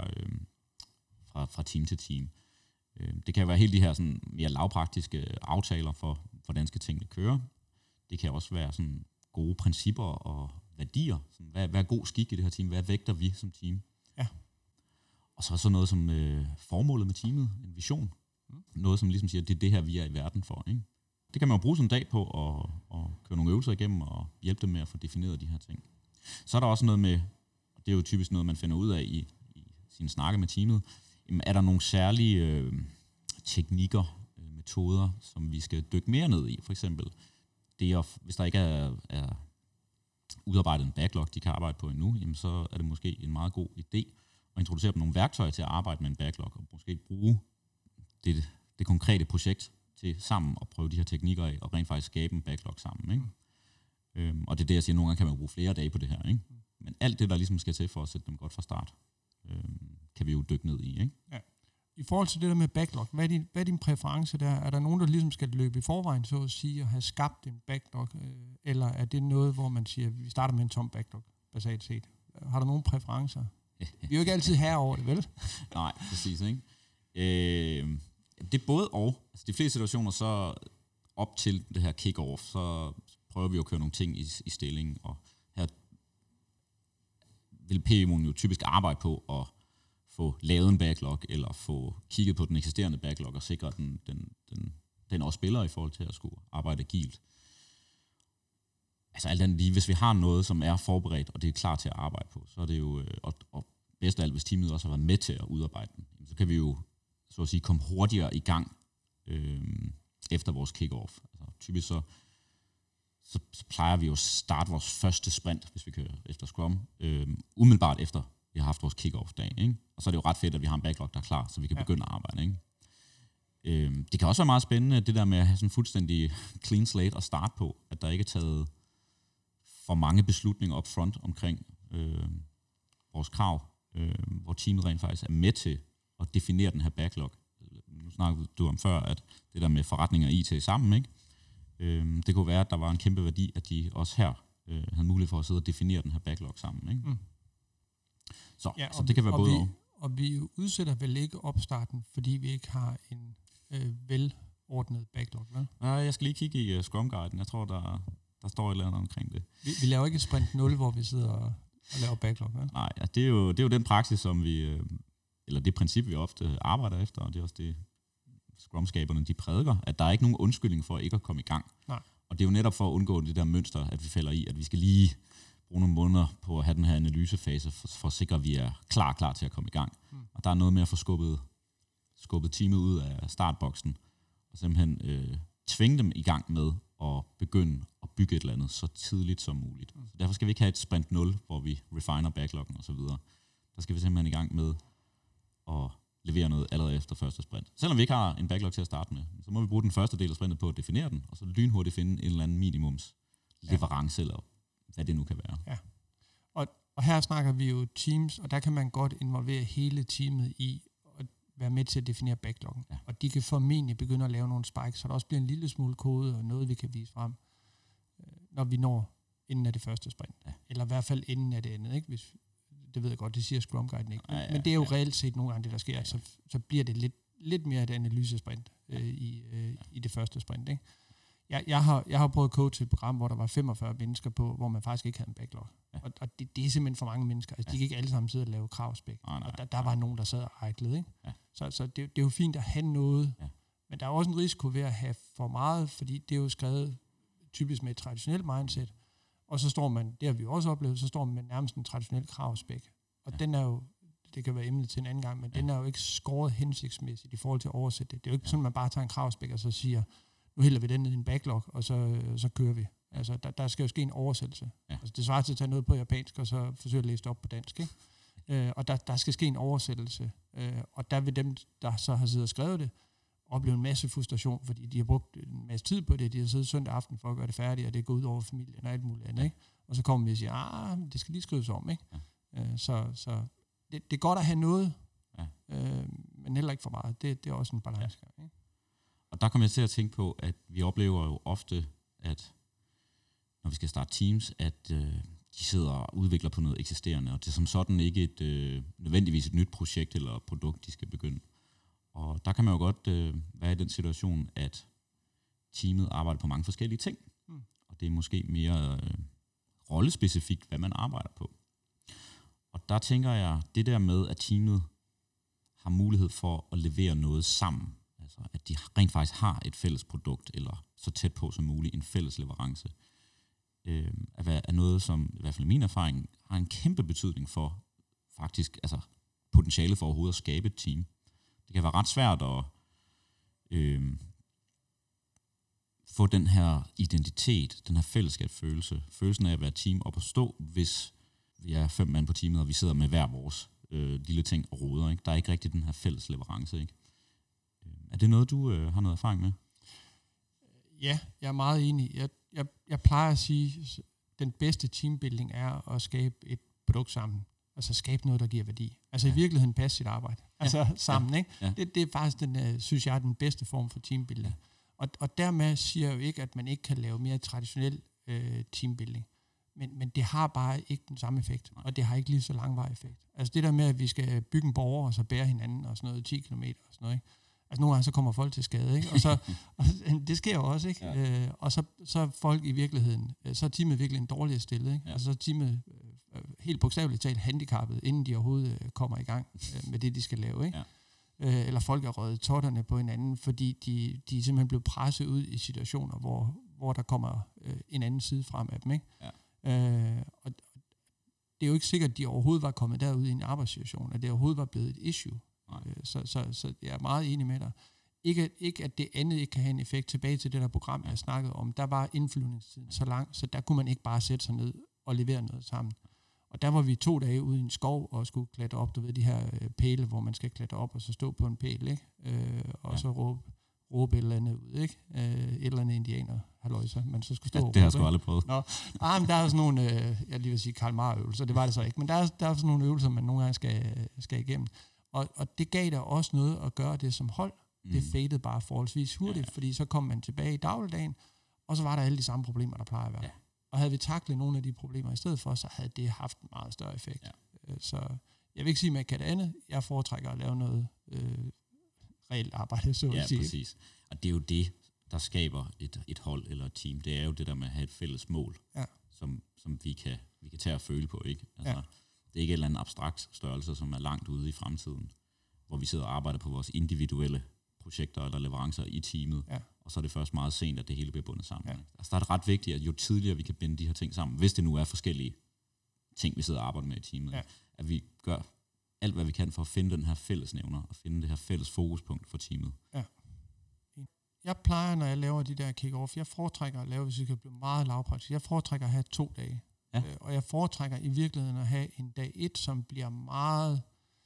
S1: fra team til team. Det kan jo være helt de her sådan mere lavpraktiske aftaler for, hvordan skal tingene køre. Det kan også være sådan gode principper og værdier. Sådan, hvad er god skik i det her team? Hvad vægter vi som team?
S2: Ja.
S1: Og så sådan noget som formålet med teamet, en vision. Noget, som ligesom siger, at det er det her, vi er i verden for. Ikke? Det kan man jo bruge sådan en dag på at køre nogle øvelser igennem og hjælpe dem med at få defineret de her ting. Så er der også noget med, og det er jo typisk noget, man finder ud af i sine snakke med teamet, er der nogle særlige teknikker, metoder, som vi skal dykke mere ned i? For eksempel, hvis der ikke er udarbejdet en backlog, de kan arbejde på endnu, jamen så er det måske en meget god idé at introducere dem nogle værktøjer til at arbejde med en backlog, og måske bruge det konkrete projekt til sammen at prøve de her teknikker af, og rent faktisk skabe en backlog sammen. Ikke? Og det er det, jeg siger, nogle gange kan man bruge flere dage på det her. Ikke? Men alt det, der ligesom skal til for at sætte dem godt fra start, kan vi jo dykke ned i. Ikke? Ja.
S2: I forhold til det der med backlog, hvad er din præference der? Er der nogen, der ligesom skal løbe i forvejen, så at sige, og have skabt en backlog? Eller er det noget, hvor man siger, at vi starter med en tom backlog, basalt set? Har du nogen præferencer? Vi er jo ikke altid herover det, vel?
S1: Nej, præcis. Ikke? Det er både og. Altså, de fleste situationer, så op til det her kick-off, så prøver vi jo at køre nogle ting i stilling, og her vil PMO'en jo typisk arbejde på at få lavet en backlog, eller få kigget på den eksisterende backlog, og sikre, at den også spiller i forhold til at skulle arbejde agilt. Altså alt andet lige, hvis vi har noget, som er forberedt, og det er klar til at arbejde på, så er det jo, og bedst af alt, hvis teamet også har været med til at udarbejde den, så kan vi jo, så at sige, komme hurtigere i gang efter vores kick-off. Altså, typisk så plejer vi jo at starte vores første sprint, hvis vi kører efter Scrum, umiddelbart efter vi har haft vores kick-off-dag. Ikke? Og så er det jo ret fedt, at vi har en backlog, der er klar, så vi kan begynde at arbejde. Ikke? Det kan også være meget spændende, det der med at have sådan en fuldstændig clean slate at starte på, at der ikke er taget for mange beslutninger up front omkring vores krav, hvor teamet rent faktisk er med til at definere den her backlog. Nu snakkede du om før, at det der med forretning og IT sammen, ikke? Det kunne være, at der var en kæmpe værdi, at de også her havde mulighed for at sidde og definere den her backlog sammen. Ikke? Så det kan være både og.
S2: Og vi udsætter vel ikke opstarten, fordi vi ikke har en velordnet backlog, vel?
S1: Ja, jeg skal lige kigge i Scrum Guiden. Jeg tror, der står et eller andet omkring det.
S2: Vi laver ikke et sprint 0, hvor vi sidder og laver backlog, vel?
S1: Nej, ja, det er jo den praksis, som vi, eller det princip, vi ofte arbejder efter, og det er også det, Scrum-skaberne, de prædiker, at der er ikke nogen undskyldning for ikke at komme i gang.
S2: Nej.
S1: Og det er jo netop for at undgå det der mønster, at vi falder i, at vi skal lige bruge nogle måneder på at have den her analysefase, for at sikre, at vi er klar til at komme i gang. Og der er noget med at få skubbet teamet ud af startboksen, og simpelthen tvinge dem i gang med at begynde at bygge et eller andet så tidligt som muligt. Så derfor skal vi ikke have et sprint 0, hvor vi refiner backloggen osv. Der skal vi simpelthen i gang med at levere noget allerede efter første sprint. Selvom vi ikke har en backlog til at starte med, så må vi bruge den første del af sprintet på at definere den, og så lynhurtigt finde en eller anden minimums leverance, eller hvad det nu kan være.
S2: Ja. Og her snakker vi jo teams, og der kan man godt involvere hele teamet i at være med til at definere backloggen. Ja. Og de kan formentlig begynde at lave nogle spikes, så der også bliver en lille smule kode og noget, vi kan vise frem, når vi når inden af det første sprint. Ja. Eller i hvert fald inden af det andet, ikke? Det ved jeg godt, det siger Scrum Guiden ikke. Men det er jo reelt set nogle gange det, der sker. Så bliver det lidt mere et analysesprint i det første sprint. Ikke? Jeg har prøvet at coache et program, hvor der var 45 mennesker på, hvor man faktisk ikke havde en backlog. Ja. Og det er simpelthen for mange mennesker. Altså, de kan ikke alle sammen sidde og lave kravspæk. Og der var nogen, der sad og ejklede. Ikke? Ja. Så det er jo fint at have noget. Ja. Men der er også en risiko ved at have for meget, fordi det er jo skrevet typisk med et traditionelt mindset. Og så står man, det har vi jo også oplevet, så står man med nærmest en traditionel kravspæk. Og den er jo, det kan være emnet til en anden gang, men den er jo ikke skåret hensigtsmæssigt i forhold til at oversætte det. Det er jo ikke sådan, at man bare tager en kravspæk og så siger, nu hælder vi den ned i en backlog, og så kører vi. Altså, der skal jo ske en oversættelse.
S1: Ja.
S2: Altså, det svarer til at tage noget på japansk, og så forsøge at læse det op på dansk, ikke? Og der skal ske en oversættelse. Og der vil dem, der så har siddet og skrevet det, opleve en masse frustration, fordi de har brugt en masse tid på det. De har siddet søndag aften for at gøre det færdigt, og det går ud over familien og alt muligt andet, ikke? Og så kommer vi og siger, det skal lige skrives om, ikke? Ja. Så det er godt at have noget, men heller ikke for meget. Det er også en balance. Ja. Ikke?
S1: Og der kommer jeg til at tænke på, at vi oplever jo ofte, at når vi skal starte teams, at de sidder og udvikler på noget eksisterende, og det er som sådan ikke nødvendigvis et nyt projekt eller produkt, de skal begynde. Og der kan man jo godt være i den situation, at teamet arbejder på mange forskellige ting. Og det er måske mere rollespecifikt, hvad man arbejder på. Og der tænker jeg, det der med, at teamet har mulighed for at levere noget sammen, altså at de rent faktisk har et fælles produkt, eller så tæt på som muligt en fælles leverance, er noget, som i hvert fald i min erfaring, har en kæmpe betydning for faktisk, altså potentiale for overhovedet at skabe et team. Det kan være ret svært at få den her identitet, den her fællesskabsfølelse, følelsen af at være team op at stå, hvis vi er 5 mand på teamet, og vi sidder med hver vores lille ting og roder. Ikke? Der er ikke rigtig den her fælles leverance. Ikke? Er det noget, du har noget erfaring med?
S2: Ja, jeg er meget enig. Jeg plejer at sige, at den bedste teambuilding er at skabe et produkt sammen. Altså skabe noget, der giver værdi. Altså i virkeligheden passe sit arbejde. Altså sammen, ikke? Ja. Det er faktisk, synes jeg, er den bedste form for teambuilding. Ja. Og dermed siger jeg jo ikke, at man ikke kan lave mere traditionel teambuilding. Men det har bare ikke den samme effekt, og det har ikke lige så langvarig effekt. Altså det der med, at vi skal bygge en borger, og så bære hinanden, og sådan noget 10 kilometer, og sådan noget, ikke? Altså nogle gange så kommer folk til skade, ikke? Og så, det sker jo også, ikke? Ja. Og så er folk i virkeligheden, så er teamet virkelig en dårligere stillet, ikke? Ja. Altså så er teamet helt bogstaveligt talt handicappet, inden de overhovedet kommer i gang med det, de skal lave, ikke? Ja. Eller folk er røget totterne på hinanden, fordi de simpelthen blev presset ud i situationer, hvor der kommer en anden side frem af dem, ikke? Ja. Og det er jo ikke sikkert, at de overhovedet var kommet derud i en arbejdssituation, at det overhovedet var blevet et issue. Så jeg er meget enig med dig. Ikke at det andet ikke kan have en effekt. Tilbage til det der program, jeg snakkede om, der var indflyvningstiden så lang, så der kunne man ikke bare sætte sig ned og levere noget sammen. Og der var vi 2 dage ude i en skov og skulle klatre op, du ved, de her pæle, hvor man skal klatre op og så stå på en pæl, ikke? Og så råbe et eller andet ud, ikke? Et eller andet indianer, halløjsa, man så skulle stå og råbe.
S1: Det har jeg sgu aldrig prøvet.
S2: Men der er sådan nogle, jeg lige vil sige Karl Marr-øvelser, det var det så ikke, men der er sådan nogle øvelser, man nogle gange skal igennem. Og det gav der også noget at gøre det som hold. Det fadede bare forholdsvis hurtigt, fordi så kom man tilbage i dagligdagen, og så var der alle de samme problemer, der plejer at være. Ja. Og havde vi taklet nogle af de problemer i stedet for, så havde det haft en meget større effekt. Ja. Så jeg vil ikke sige, at man kan det andet. Jeg foretrækker at lave noget reelt arbejde, så at sige. Ja,
S1: præcis. Og det er jo det, der skaber et hold eller et team. Det er jo det der med at have et fælles mål, som vi kan tage og føle på, ikke? Altså, det er ikke en eller anden abstrakt størrelse, som er langt ude i fremtiden, hvor vi sidder og arbejder på vores individuelle projekter eller leverancer i teamet, og så er det først meget sent, at det hele bliver bundet sammen. Ja. Altså, der er det ret vigtigt, at jo tidligere vi kan binde de her ting sammen, hvis det nu er forskellige ting, vi sidder og arbejder med i teamet, at vi gør alt, hvad vi kan for at finde den her fællesnævner, og finde det her fælles fokuspunkt for teamet. Ja.
S2: Jeg plejer, når jeg laver de der kick-off, jeg foretrækker at lave, hvis vi kan blive meget lavpraktisk, jeg foretrækker at have 2 dage. Ja. Og jeg foretrækker i virkeligheden at have en dag 1, som bliver meget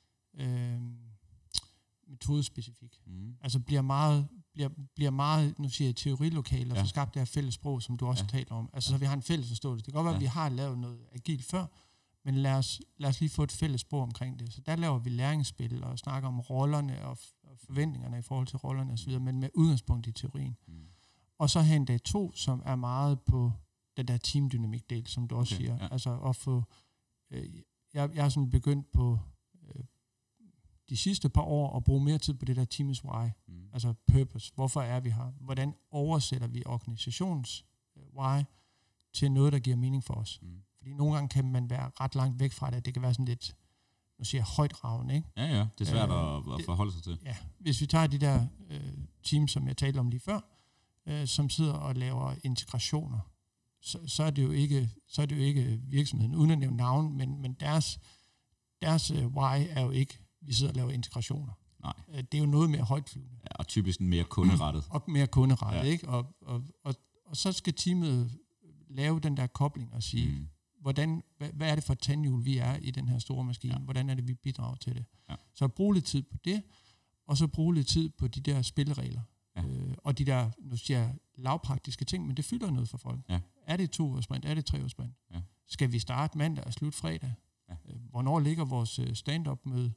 S2: metodespecifik. Altså bliver meget, nu siger jeg, teorilokale, og få skabt det her fælles sprog, som du også taler om. Altså så vi har en fælles forståelse. Det kan godt være, at vi har lavet noget agilt før, men lad os lige få et fælles sprog omkring det. Så der laver vi læringsspil og snakker om rollerne og forventningerne i forhold til rollerne osv., men med udgangspunkt i teorien. Og så have en dag 2, som er meget på den der teamdynamik-del, som du også siger. Ja. Altså at få... jeg er sådan begyndt på de sidste par år at bruge mere tid på det der team's why. Altså purpose. Hvorfor er vi her? Hvordan oversætter vi organisations why til noget, der giver mening for os? Fordi nogle gange kan man være ret langt væk fra det. Det kan være sådan lidt, nu siger jeg, højtravende, ikke?
S1: Ja, det er svært at forholde sig til.
S2: Ja, hvis vi tager de der teams, som jeg talte om lige før, som sidder og laver integrationer, så er det jo ikke virksomheden, uden at nævne navn, men deres why er jo ikke, vi sidder og laver integrationer.
S1: Nej.
S2: Det er jo noget mere højtflyvende.
S1: Ja, og typisk mere kunderettet.
S2: Og mere kunderettet, ikke? Og så skal teamet lave den der kobling og sige, hvad er det for et tandhjul, vi er i den her store maskine? Ja. Hvordan er det, vi bidrager til det? Ja. Så brug lidt tid på det, og så brug lidt tid på de der spilleregler. Ja. Og de der, nu siger jeg, lavpraktiske ting, men det fylder noget for folk. Ja. Er det 2 års sprint? Er det 3 års sprint? Ja. Skal vi starte mandag og slutte fredag? Ja. Hvornår ligger vores stand-up-møde?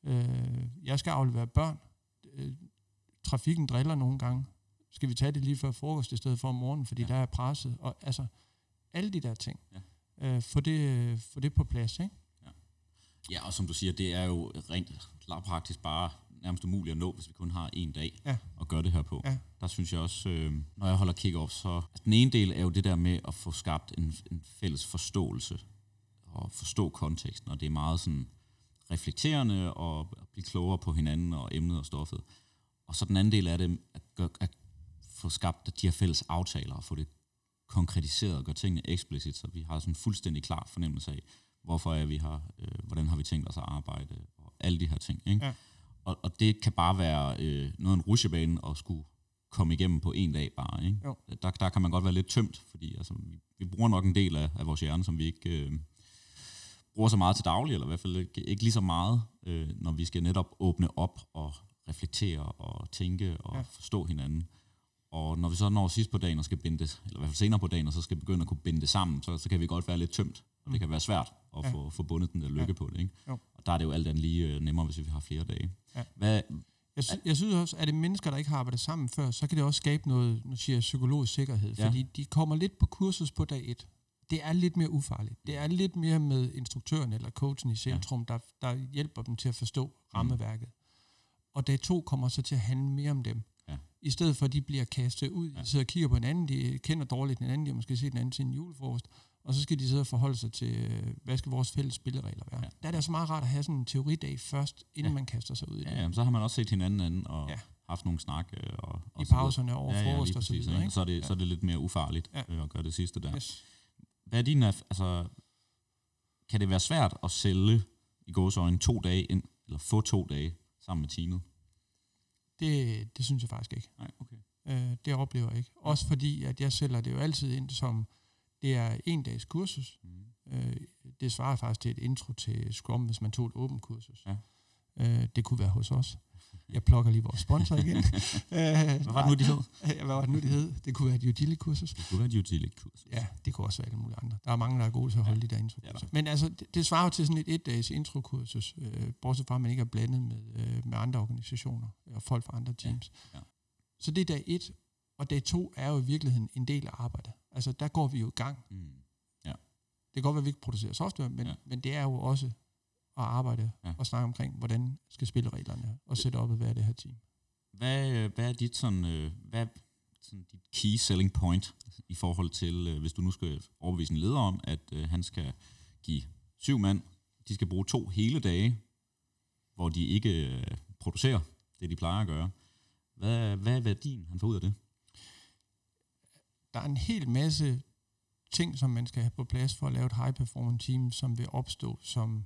S2: Jeg skal aflevere børn. Trafikken driller nogle gange. Skal vi tage det lige før frokost i stedet for om morgenen, fordi der er presset? Og altså, alle de der ting. Ja. Få det på plads, ikke?
S1: Ja, og som du siger, det er jo rent lavpraktisk bare nærmest umuligt at nå, hvis vi kun har en dag at gøre det her på. Ja. Der synes jeg også, når jeg holder kick-off, så altså, den ene del er jo det der med at få skabt en fælles forståelse og forstå konteksten, og det er meget sådan reflekterende og blive klogere på hinanden og emnet og stoffet. Og så den anden del er det at få skabt de her fælles aftaler og få det konkretiseret og gøre tingene eksplicit, så vi har sådan en fuldstændig klar fornemmelse af, hvorfor er vi her, hvordan har vi tænkt os at arbejde, og alle de her ting. Ikke? Ja. Og det kan bare være noget af en rushebane at skulle komme igennem på en dag bare. Ikke? Der kan man godt være lidt tømt, fordi altså, vi bruger nok en del af vores hjerne, som vi ikke bruger så meget til daglig, eller i hvert fald ikke lige så meget, når vi skal netop åbne op og reflektere og tænke og forstå hinanden. Og når vi så når sidst på dagen og skal binde det, eller i hvert fald senere på dagen, og så skal begynde at kunne binde det sammen, så kan vi godt være lidt tømt, og det kan være svært at få bundet den der lykke på det. Ikke? Og der er det jo alt andet lige nemmere, hvis vi har flere dage. Ja.
S2: Jeg synes også, at det mennesker, der ikke har arbejdet sammen før, så kan det også skabe noget, nu siger jeg, psykologisk sikkerhed, fordi de kommer lidt på kursus på dag 1. Det er lidt mere ufarligt. Det er lidt mere med instruktøren eller coachen i centrum, der hjælper dem til at forstå rammeværket. Og dag 2 kommer så til at handle mere om dem. Ja. I stedet for, at de bliver kastet ud, de sidder og kigger på hinanden, de kender dårligt den anden, de har måske set den anden til en julefrokost, og så skal de sidde og forholde sig til, hvad skal vores fælles spilleregler være. Ja. Der er det altså meget rart at have sådan en teoridag først, inden man kaster sig ud i det.
S1: Ja, så har man også set hinanden og haft nogle snak. Og
S2: i pauserne over frokost og så videre.
S1: Ikke? Så er det lidt mere ufarligt at gøre det sidste der. Yes. Hvad er din, altså, kan det være svært at sælge i gåseøjne 2 dage ind, eller få 2 dage sammen med teamet?
S2: Det synes jeg faktisk ikke.
S1: Nej, okay.
S2: Det oplever jeg ikke. Også fordi, at jeg sælger det jo altid ind som, det er 1 dags kursus. Det svarer faktisk til et intro til Scrum, hvis man tog et åbent kursus. Ja. Det kunne være hos os. Jeg plukker lige vores sponsor igen.
S1: Hvad var det nu, de hed?
S2: Hvad var det nu, de hed? Det kunne være et utility-kursus.
S1: Det kunne være et utility-kursus.
S2: Ja, det kunne også være alle mulige andre. Der er mange, der er gode til at holde de der introkurser. Men altså, det svarer jo til sådan et 1-dages introkursus, bortset fra, at man ikke er blandet med andre organisationer og folk fra andre teams. Ja. Så det er dag 1, og dag 2 er jo i virkeligheden en del af arbejdet. Altså, der går vi jo i gang. Ja. Det kan godt være, at vi ikke producerer software, men det er jo også at arbejde og snakke omkring, hvordan skal spillereglerne og sætte op være det her team.
S1: Hvad er dit dit key selling point i forhold til, hvis du nu skal overbevise en leder om, at han skal give 7 mand, de skal bruge 2 hele dage, hvor de ikke producerer det, de plejer at gøre. Hvad er værdien, han får ud af det?
S2: Der er en hel masse ting, som man skal have på plads for at lave et high-performance team, som vil opstå som,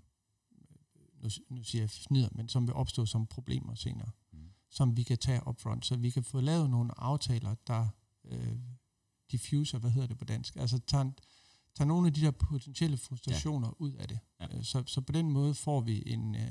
S2: nu siger jeg fnider, men som vil opstå som problemer senere, som vi kan tage upfront, så vi kan få lavet nogle aftaler, der diffuser, hvad hedder det på dansk, altså tager nogle af de der potentielle frustrationer ud af det. Ja. Så på den måde får vi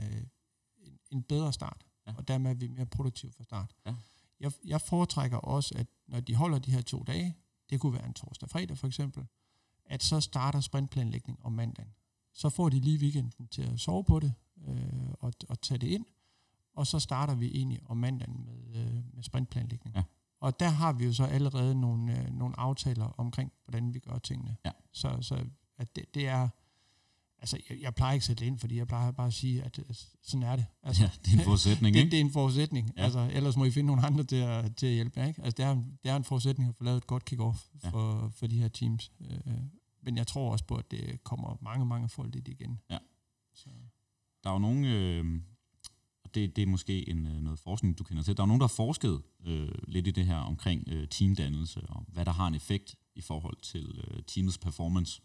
S2: en bedre start, og dermed er vi mere produktive fra start. Ja. Jeg foretrækker også, at når de holder de her 2 dage, det kunne være en torsdag og fredag for eksempel, at så starter sprintplanlægning om mandagen. Så får de lige weekenden til at sove på det og tage det ind, og så starter vi egentlig om mandagen med sprintplanlægning. Ja. Og der har vi jo så allerede nogle aftaler omkring, hvordan vi gør tingene. Ja. Så at det er, altså jeg plejer ikke at sætte det ind, fordi jeg plejer bare at sige, at sådan er det. Altså,
S1: ja, det er en forudsætning, ikke?
S2: Det er en forudsætning. Ja. Altså, ellers må I finde nogle andre til at hjælpe. Ikke? Altså, det er en forudsætning at få lavet et godt kick-off for de her teams. Men jeg tror også på, at det kommer mange folk lidt igen. Ja. Så.
S1: Der er jo nogle, det er måske noget forskning, du kender til. Der er nogen, der har forsket lidt i det her omkring teamdannelse, og hvad der har en effekt i forhold til teamets performance.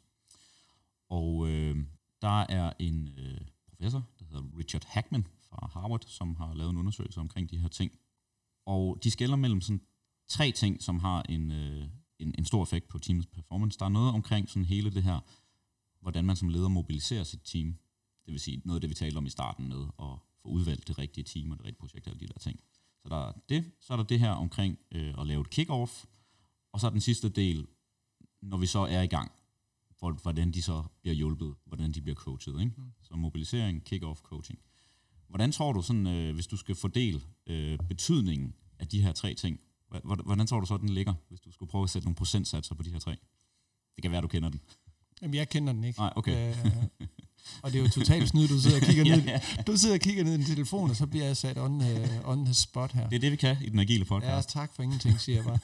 S1: Og der er en professor, der hedder Richard Hackman fra Harvard, som har lavet en undersøgelse omkring de her ting. Og de skelner mellem sådan 3 ting, som har en stor effekt på teamets performance. Der er noget omkring sådan hele det her, hvordan man som leder mobiliserer sit team. Det vil sige noget af det, vi talte om i starten med at få udvalgt det rigtige team og det rigtige projekt og alle de der ting. Så er der det her omkring at lave et kick-off, og så er den sidste del, når vi så er i gang, hvordan de så bliver hjulpet, hvordan de bliver coachet. Ikke? Så mobilisering, kick-off, coaching. Hvordan tror du, sådan, hvis du skal fordele betydningen af de her 3 ting, hvordan tror du så, den ligger, hvis du skulle prøve at sætte nogle procentsatser på de her 3? Det kan være, du kender den.
S2: Jamen, jeg kender den ikke.
S1: Nej, okay.
S2: Og det er jo totalt snyd, du sidder og kigger ned. Du sidder og kigger ned i din telefon, og så bliver jeg sat on the spot her.
S1: Det er det, vi kan i den agile podcast.
S2: Ja, tak for ingenting, siger jeg bare.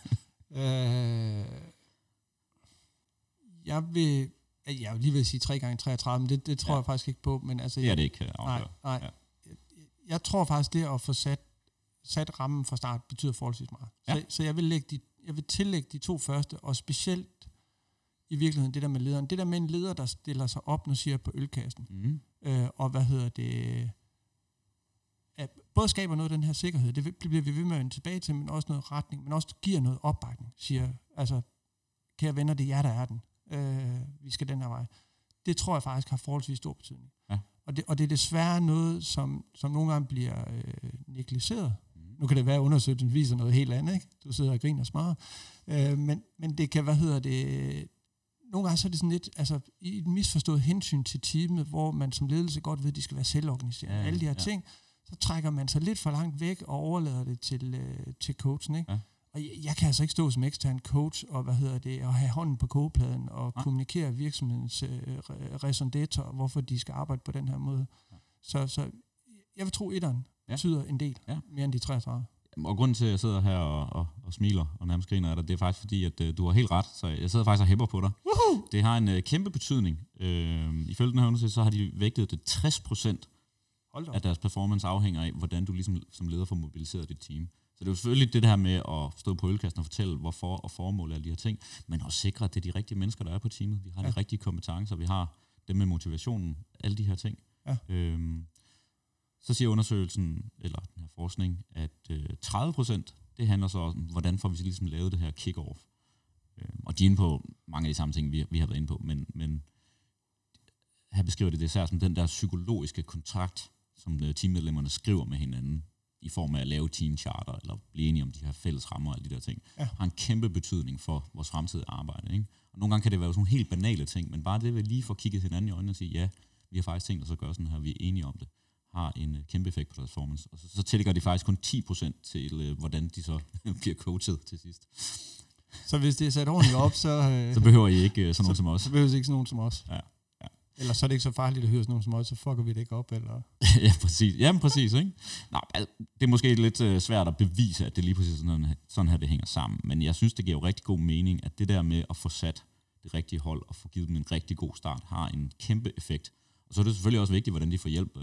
S2: Jeg vil lige vil sige 3 gange 33, men det tror jeg faktisk ikke på. Men altså,
S1: det er det ikke.
S2: Nej. Ja. Jeg tror faktisk, det at få sat rammen fra start betyder forholdsvis meget. Ja. Så jeg vil tillægge de 2 første, og specielt i virkeligheden det der med lederen. Det der med en leder, der stiller sig op, nu siger jeg på ølkassen, og både skaber noget af den her sikkerhed, det bliver vi ved med at vende tilbage til, men også noget retning, men også giver noget opbakning, siger, altså, kære venner, det er jer, der er den. Vi skal den her vej. Det tror jeg faktisk har forholdsvis stor betydning. Ja. Og det er desværre noget, som nogle gange bliver negligeret. Nu kan det være, at undersøgelsen viser noget helt andet, ikke? Du sidder og griner smadret. Men det kan, nogle gange så er det sådan lidt, altså i et misforstået hensyn til teamet, hvor man som ledelse godt ved, at de skal være selvorganiserende. Alle de her ting, så trækker man sig lidt for langt væk og overlader det til coachen, ikke? Ja. Og jeg kan altså ikke stå som ekstern coach og og have hånden på kogepladen og kommunikere virksomhedens raison d'être, hvorfor de skal arbejde på den her måde. Ja. Så jeg vil tro, etteren betyder en del, mere end de 33.
S1: Og grunden til, at jeg sidder her og smiler og nærmest griner af dig, det er faktisk fordi, at du har helt ret. Så jeg sidder faktisk og hæpper på dig. Woohoo! Det har en kæmpe betydning. Ifølge den her undersøgelse, så har de vægtet det 60% af deres performance afhænger af, hvordan du ligesom som leder får mobiliseret dit team. Så det er jo selvfølgelig det her med at stå på ølkassen og fortælle, hvorfor og formål alle de her ting, men også sikre, at det er de rigtige mennesker, der er på teamet. Vi har de rigtige kompetencer, vi har dem med motivationen, alle de her ting. Ja. Så siger undersøgelsen, eller den her forskning, at 30%, det handler så om, hvordan får vi ligesom lavet det her kick-off. Og de er inde på mange af de samme ting, vi har været inde på, men her beskriver det især som den der psykologiske kontrakt, som teammedlemmerne skriver med hinanden, i form af at lave teamcharter, eller blive enige om de her fælles rammer og alle de der ting, har en kæmpe betydning for vores fremtidige arbejde. Ikke? Og nogle gange kan det være sådan nogle helt banale ting, men bare det vil lige få kigget hinanden i øjnene og sige, ja, vi har faktisk tænkt os at gøre sådan her, vi er enige om det, har en kæmpe effekt på deres performance. Og så tillægger de faktisk kun 10% til, hvordan de så bliver coachet til sidst.
S2: Så hvis det er sat ordentligt op, så
S1: behøver I ikke sådan nogen som os.
S2: Så behøver I ikke sådan nogen som os.
S1: Ja.
S2: Eller så er det ikke så farligt at høre sådan nogen som os, så fucker vi det ikke op, eller?
S1: Ja, præcis. Jamen, præcis, ikke? Nej, det er måske lidt svært at bevise, at det lige præcis sådan her, det hænger sammen. Men jeg synes, det giver jo rigtig god mening, at det der med at få sat det rigtige hold, og få givet dem en rigtig god start, har en kæmpe effekt. Og så er det selvfølgelig også vigtigt, hvordan de får hjælp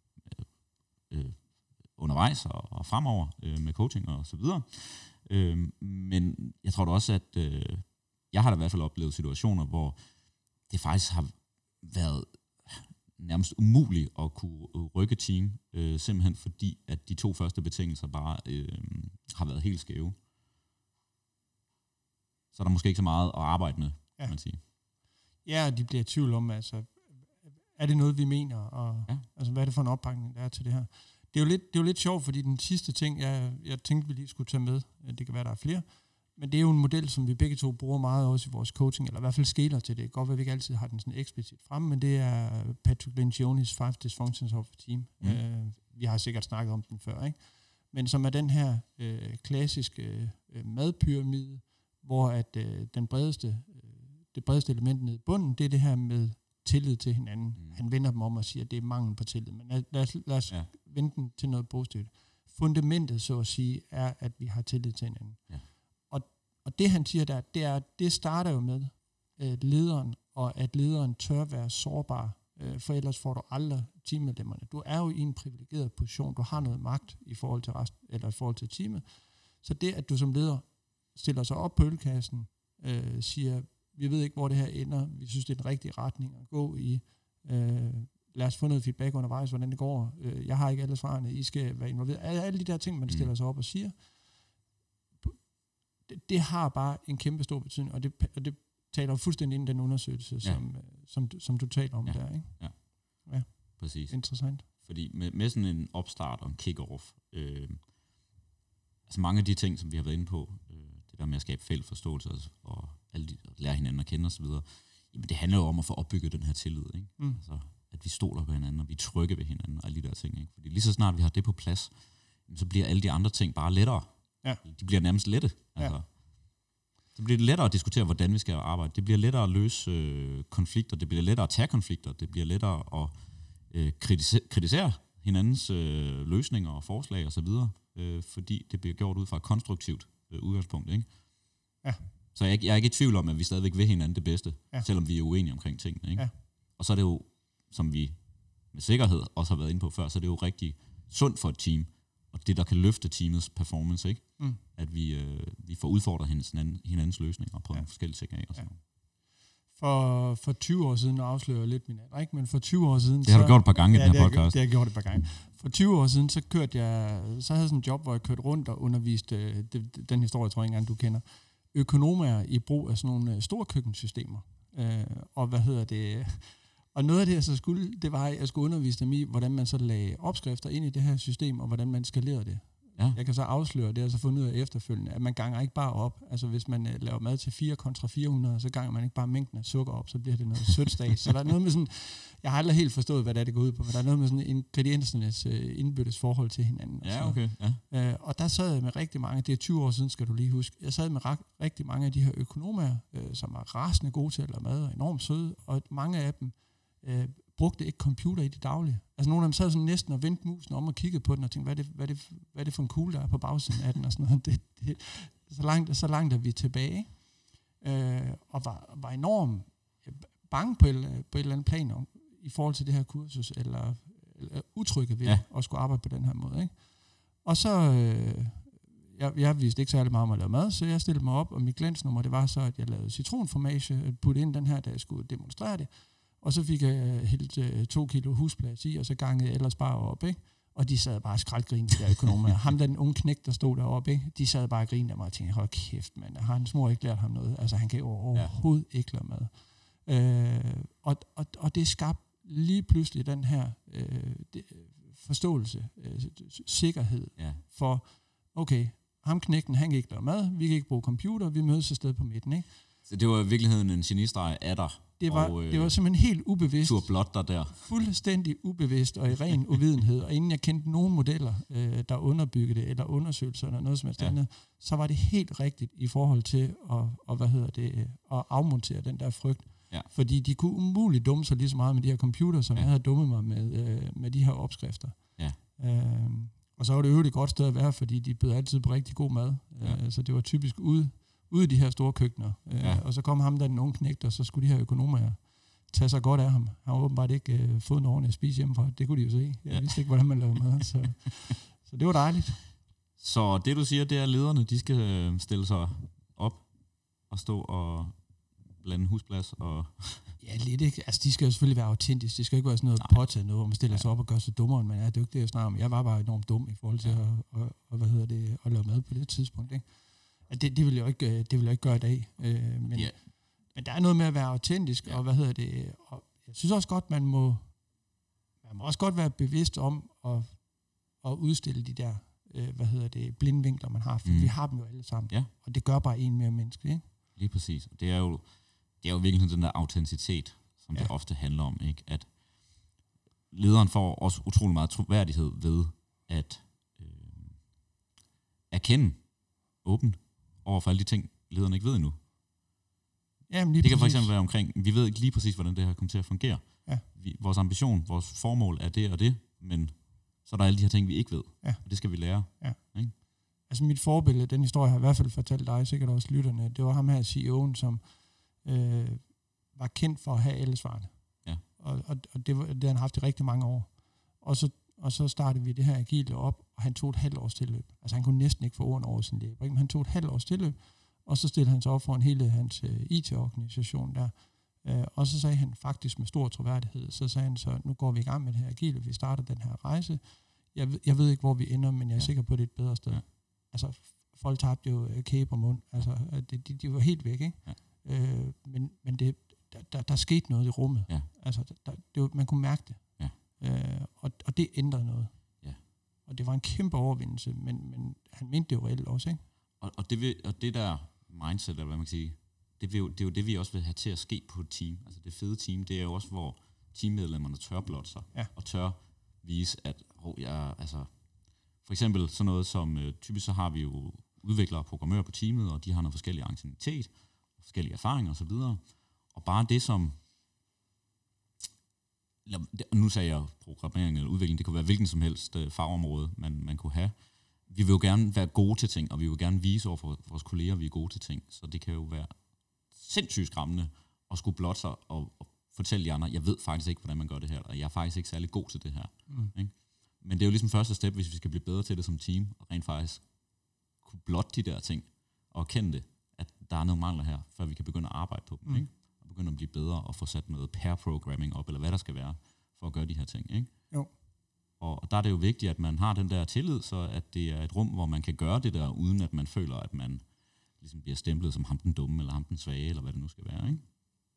S1: undervejs og fremover med coaching og så videre. Men jeg tror da også, at jeg har da i hvert fald oplevet situationer, hvor det faktisk har været nærmest umuligt at kunne rykke team, simpelthen fordi, at de 2 første betingelser bare har været helt skæve. Så er der måske ikke så meget at arbejde med, kan man sige.
S2: Ja, de bliver i tvivl om, altså, er det noget, vi mener, og altså, hvad er det for en opbakning, der er til det her? Det er jo lidt sjovt, fordi den sidste ting, jeg tænkte, vi lige skulle tage med, det kan være, der er flere, men det er jo en model, som vi begge to bruger meget også i vores coaching, eller i hvert fald scaler til det. Godt være, vi ikke altid har den sådan eksplicit fremme, men det er Patrick Lencioni's 5 Dysfunctions of a Team. Vi har sikkert snakket om den før, ikke? Men som er den her klassiske madpyramide, hvor at det bredeste element nede i bunden, det er det her med tillid til hinanden. Han vender dem om og siger, at det er mangel på tillid. Men lad os vende den til noget positivt. Fundamentet, så at sige, er, at vi har tillid til hinanden. Ja. Og det han siger der, det er, det starter jo med lederen, og at lederen tør være sårbar, for ellers får du aldrig teammedlemmerne. Du er jo i en privilegeret position, du har noget magt i forhold til i forhold til teamet. Så det, at du som leder stiller sig op på ølkassen, siger, vi ved ikke, hvor det her ender, vi synes, det er den rigtige retning at gå i, lad os få noget feedback undervejs, hvordan det går, jeg har ikke alle svarene, I skal være involveret. Alle de der ting, man stiller sig op og siger, det har bare en kæmpe stor betydning, og det taler fuldstændig ind i den undersøgelse, som du taler om der, ikke?
S1: Ja, præcis.
S2: Interessant.
S1: Fordi med sådan en opstart og en kick-off, altså mange af de ting, som vi har været inde på, det der med at skabe fælles forståelse og lære hinanden at kende osv., jamen det handler jo om at få opbygget den her tillid, ikke? Altså, at vi stoler på hinanden, og vi er trygge ved hinanden, og alle de der ting, ikke? Fordi lige så snart vi har det på plads, så bliver alle de andre ting bare lettere. Ja. De bliver nærmest lette. Altså, så bliver det lettere at diskutere, hvordan vi skal arbejde. Det bliver lettere at løse konflikter. Det bliver lettere at tage konflikter. Det bliver lettere at kritisere hinandens løsninger og forslag osv., fordi det bliver gjort ud fra et konstruktivt udgangspunkt, ikke?
S2: Ja.
S1: Så jeg er ikke i tvivl om, at vi stadigvæk vil hinanden det bedste, selvom vi er uenige omkring tingene, ikke? Ja. Og så er det jo, som vi med sikkerhed også har været inde på før, så er det jo rigtig sundt for et team, og det, der kan løfte teamets performance, ikke? At vi får udfordret hinandens løsninger og prøvet nogle forskellige ting af. Og sådan.
S2: For 20 år siden, og afslører lidt min alder, ikke? Men for 20 år siden...
S1: Det har du gjort et par gange i den her podcast.
S2: Det har jeg gjort et par gange. For 20 år siden, så havde jeg sådan en job, hvor jeg kørte rundt og underviste, den historie tror jeg ikke engang, du kender, økonomer i brug af sådan nogle store køkkensystemer. Og og noget af det, jeg så skulle, det var, at jeg skulle undervise dem i, hvordan man så lagde opskrifter ind i det her system, og hvordan man skalerede det. Ja. Jeg kan så afsløre, det har så fundet ud af efterfølgende, at man ganger ikke bare op. Altså hvis man laver mad til 4 kontra 400, så ganger man ikke bare mængden af sukker op, så bliver det noget sødt. Så der er noget med sådan, jeg har aldrig helt forstået, hvad det går ud på, men der er noget med sådan ingrediensernes indbyrdes forhold til hinanden.
S1: Ja, okay. Ja.
S2: Og der sad jeg med rigtig mange, det er 20 år siden, skal du lige huske, jeg sad med rigtig mange af de her økonomer, som er rasende gode til at lave mad, og enormt søde, og mange af dem brugte ikke computer i det daglige. Altså nogle af dem sad sådan næsten og vendte musen om og kiggede på den og tænkte, hvad er det for en kugle, der er på bagsiden af den og sådan noget. Så langt er vi tilbage. Og var enormt bange på et eller andet plan i forhold til det her kursus, eller utrygge ved at skulle arbejde på den her måde, ikke? Og så, jeg vidste ikke særlig meget om at lave mad, så jeg stillede mig op, og mit glansnummer, det var så, at jeg lavede citronformage, puttede ind den her, da jeg skulle demonstrere det. Og så fik jeg hældt 2 kilo husplads i, og så gangede jeg ellers bare op, ikke? Og de sad bare skraldgrin, de der økonomer. Ham, den unge knægt, der stod deroppe, ikke? De sad bare og grinede af mig og tænkte, hold kæft, mand, har hans mor ikke lært ham noget? Altså, han kan jo overhovedet ikke lade mad. Og det skabte lige pludselig den her forståelse, sikkerhed for, okay, ham knægten, han kan ikke lave mad, vi kan ikke bruge computer, vi mødes et sted på midten, ikke?
S1: Så det var i virkeligheden en genistreg af dig.
S2: Det var simpelthen helt ubevidst.
S1: Du var blot der.
S2: Fuldstændig ubevidst og i ren uvidenhed. Og inden jeg kendte nogen modeller, der underbyggede det, eller undersøgelser, eller noget som helst andet, så var det helt rigtigt i forhold til at afmontere den der frygt. Ja. Fordi de kunne umuligt dumme sig lige så meget med de her computer, som jeg havde dummet mig med de her opskrifter. Ja. Og så var det øvrigt et godt sted at være, fordi de bød altid på rigtig god mad. Så det var typisk ude i de her store køkkener. Og så kom ham der den unge knægt, og så skulle de her økonomer tage sig godt af ham. Han har åbenbart ikke fået en ordentlig at spise hjemmefra. Det kunne de jo se. Jeg vidste ikke, hvordan man lavede mad. Så det var dejligt.
S1: Så det du siger, det er, at lederne, de skal stille sig op og stå og blande husplads og...
S2: Ja, lidt ikke. Altså, de skal jo selvfølgelig være autentiske. Det skal ikke være sådan noget påtaget noget, hvor man stiller sig op og gør sig dummere, end man er. Det er jo ikke det, jeg snakker om. Jeg var bare enormt dum i forhold til at lave mad på det tidspunkt, ikke? Det vil jeg ikke gøre i dag. Men der er noget med at være autentisk, og og jeg synes også godt, man må også godt være bevidst om at udstille de der, blindvinkler, man har, for vi har dem jo alle sammen, og det gør bare en mere menneske, ikke?
S1: Lige præcis. Det er jo virkelig den der autenticitet, som det ofte handler om, ikke? At lederen får også utrolig meget troværdighed ved at erkende åbent over for alle de ting, lederne ikke ved endnu.
S2: Jamen,
S1: det kan for eksempel være omkring, vi ved ikke lige præcis, hvordan det her kommer til at fungere. Ja. Vores ambition, vores formål er det og det, men så er der alle de her ting, vi ikke ved. Ja. Og det skal vi lære. Ja. Ikke?
S2: Altså mit forbillede, den historie har jeg i hvert fald fortalt dig, sikkert også lytterne, det var ham her CEO'en, som var kendt for at have alle svarene. Ja. Og det har han haft i rigtig mange år. Og så startede vi det her agile op, og han tog et halvt års tilløb. Altså han kunne næsten ikke få ordene over sin læber, men han tog et halvt års tilløb, og så stillede han sig op for hele hans IT-organisation der. Og så sagde han faktisk med stor troværdighed, så sagde han så, nu går vi i gang med det her agile, vi starter den her rejse. Jeg ved ikke, hvor vi ender, men jeg er sikker på, at det er et bedre sted. Ja. Altså folk tabte jo kæbe og mund. Altså, de var helt væk, ikke?
S1: Ja.
S2: Men det, der skete noget i rummet.
S1: Ja.
S2: Altså, man kunne mærke det.
S1: Ja.
S2: Og det ændrede noget.
S1: Ja.
S2: Og det var en kæmpe overvindelse, men han mente det jo reelt også, ikke?
S1: Og det der mindset, eller hvad man kan sige, det er jo det, vi også vil have til at ske på et team. Altså det fede team, det er jo også, hvor teammedlemmerne tør blotte sig, og tør vise, at for eksempel sådan noget som, typisk så har vi jo udviklere og programmører på teamet, og de har noget forskellig anciennitet, forskellige erfaringer osv. Og bare det som, nu sagde jeg programmering eller udvikling, det kunne være hvilken som helst fagområde, man kunne have. Vi vil jo gerne være gode til ting, og vi vil gerne vise over for vores kolleger, at vi er gode til ting. Så det kan jo være sindssygt skræmmende at skulle blotte sig og fortælle de andre, jeg ved faktisk ikke, hvordan man gør det her, og jeg er faktisk ikke særlig god til det her. Ikke? Men det er jo ligesom første step, hvis vi skal blive bedre til det som team, og rent faktisk kunne blotte de der ting, og erkende det, at der er noget mangler her, før vi kan begynde at arbejde på dem, ikke? Og begynde at blive bedre og få sat noget pair-programming op, eller hvad der skal være, for at gøre de her ting. Ikke?
S2: Jo.
S1: Og der er det jo vigtigt, at man har den der tillid, så at det er et rum, hvor man kan gøre det der, uden at man føler, at man ligesom bliver stemplet som ham den dumme, eller ham den svage, eller hvad det nu skal være. Ikke?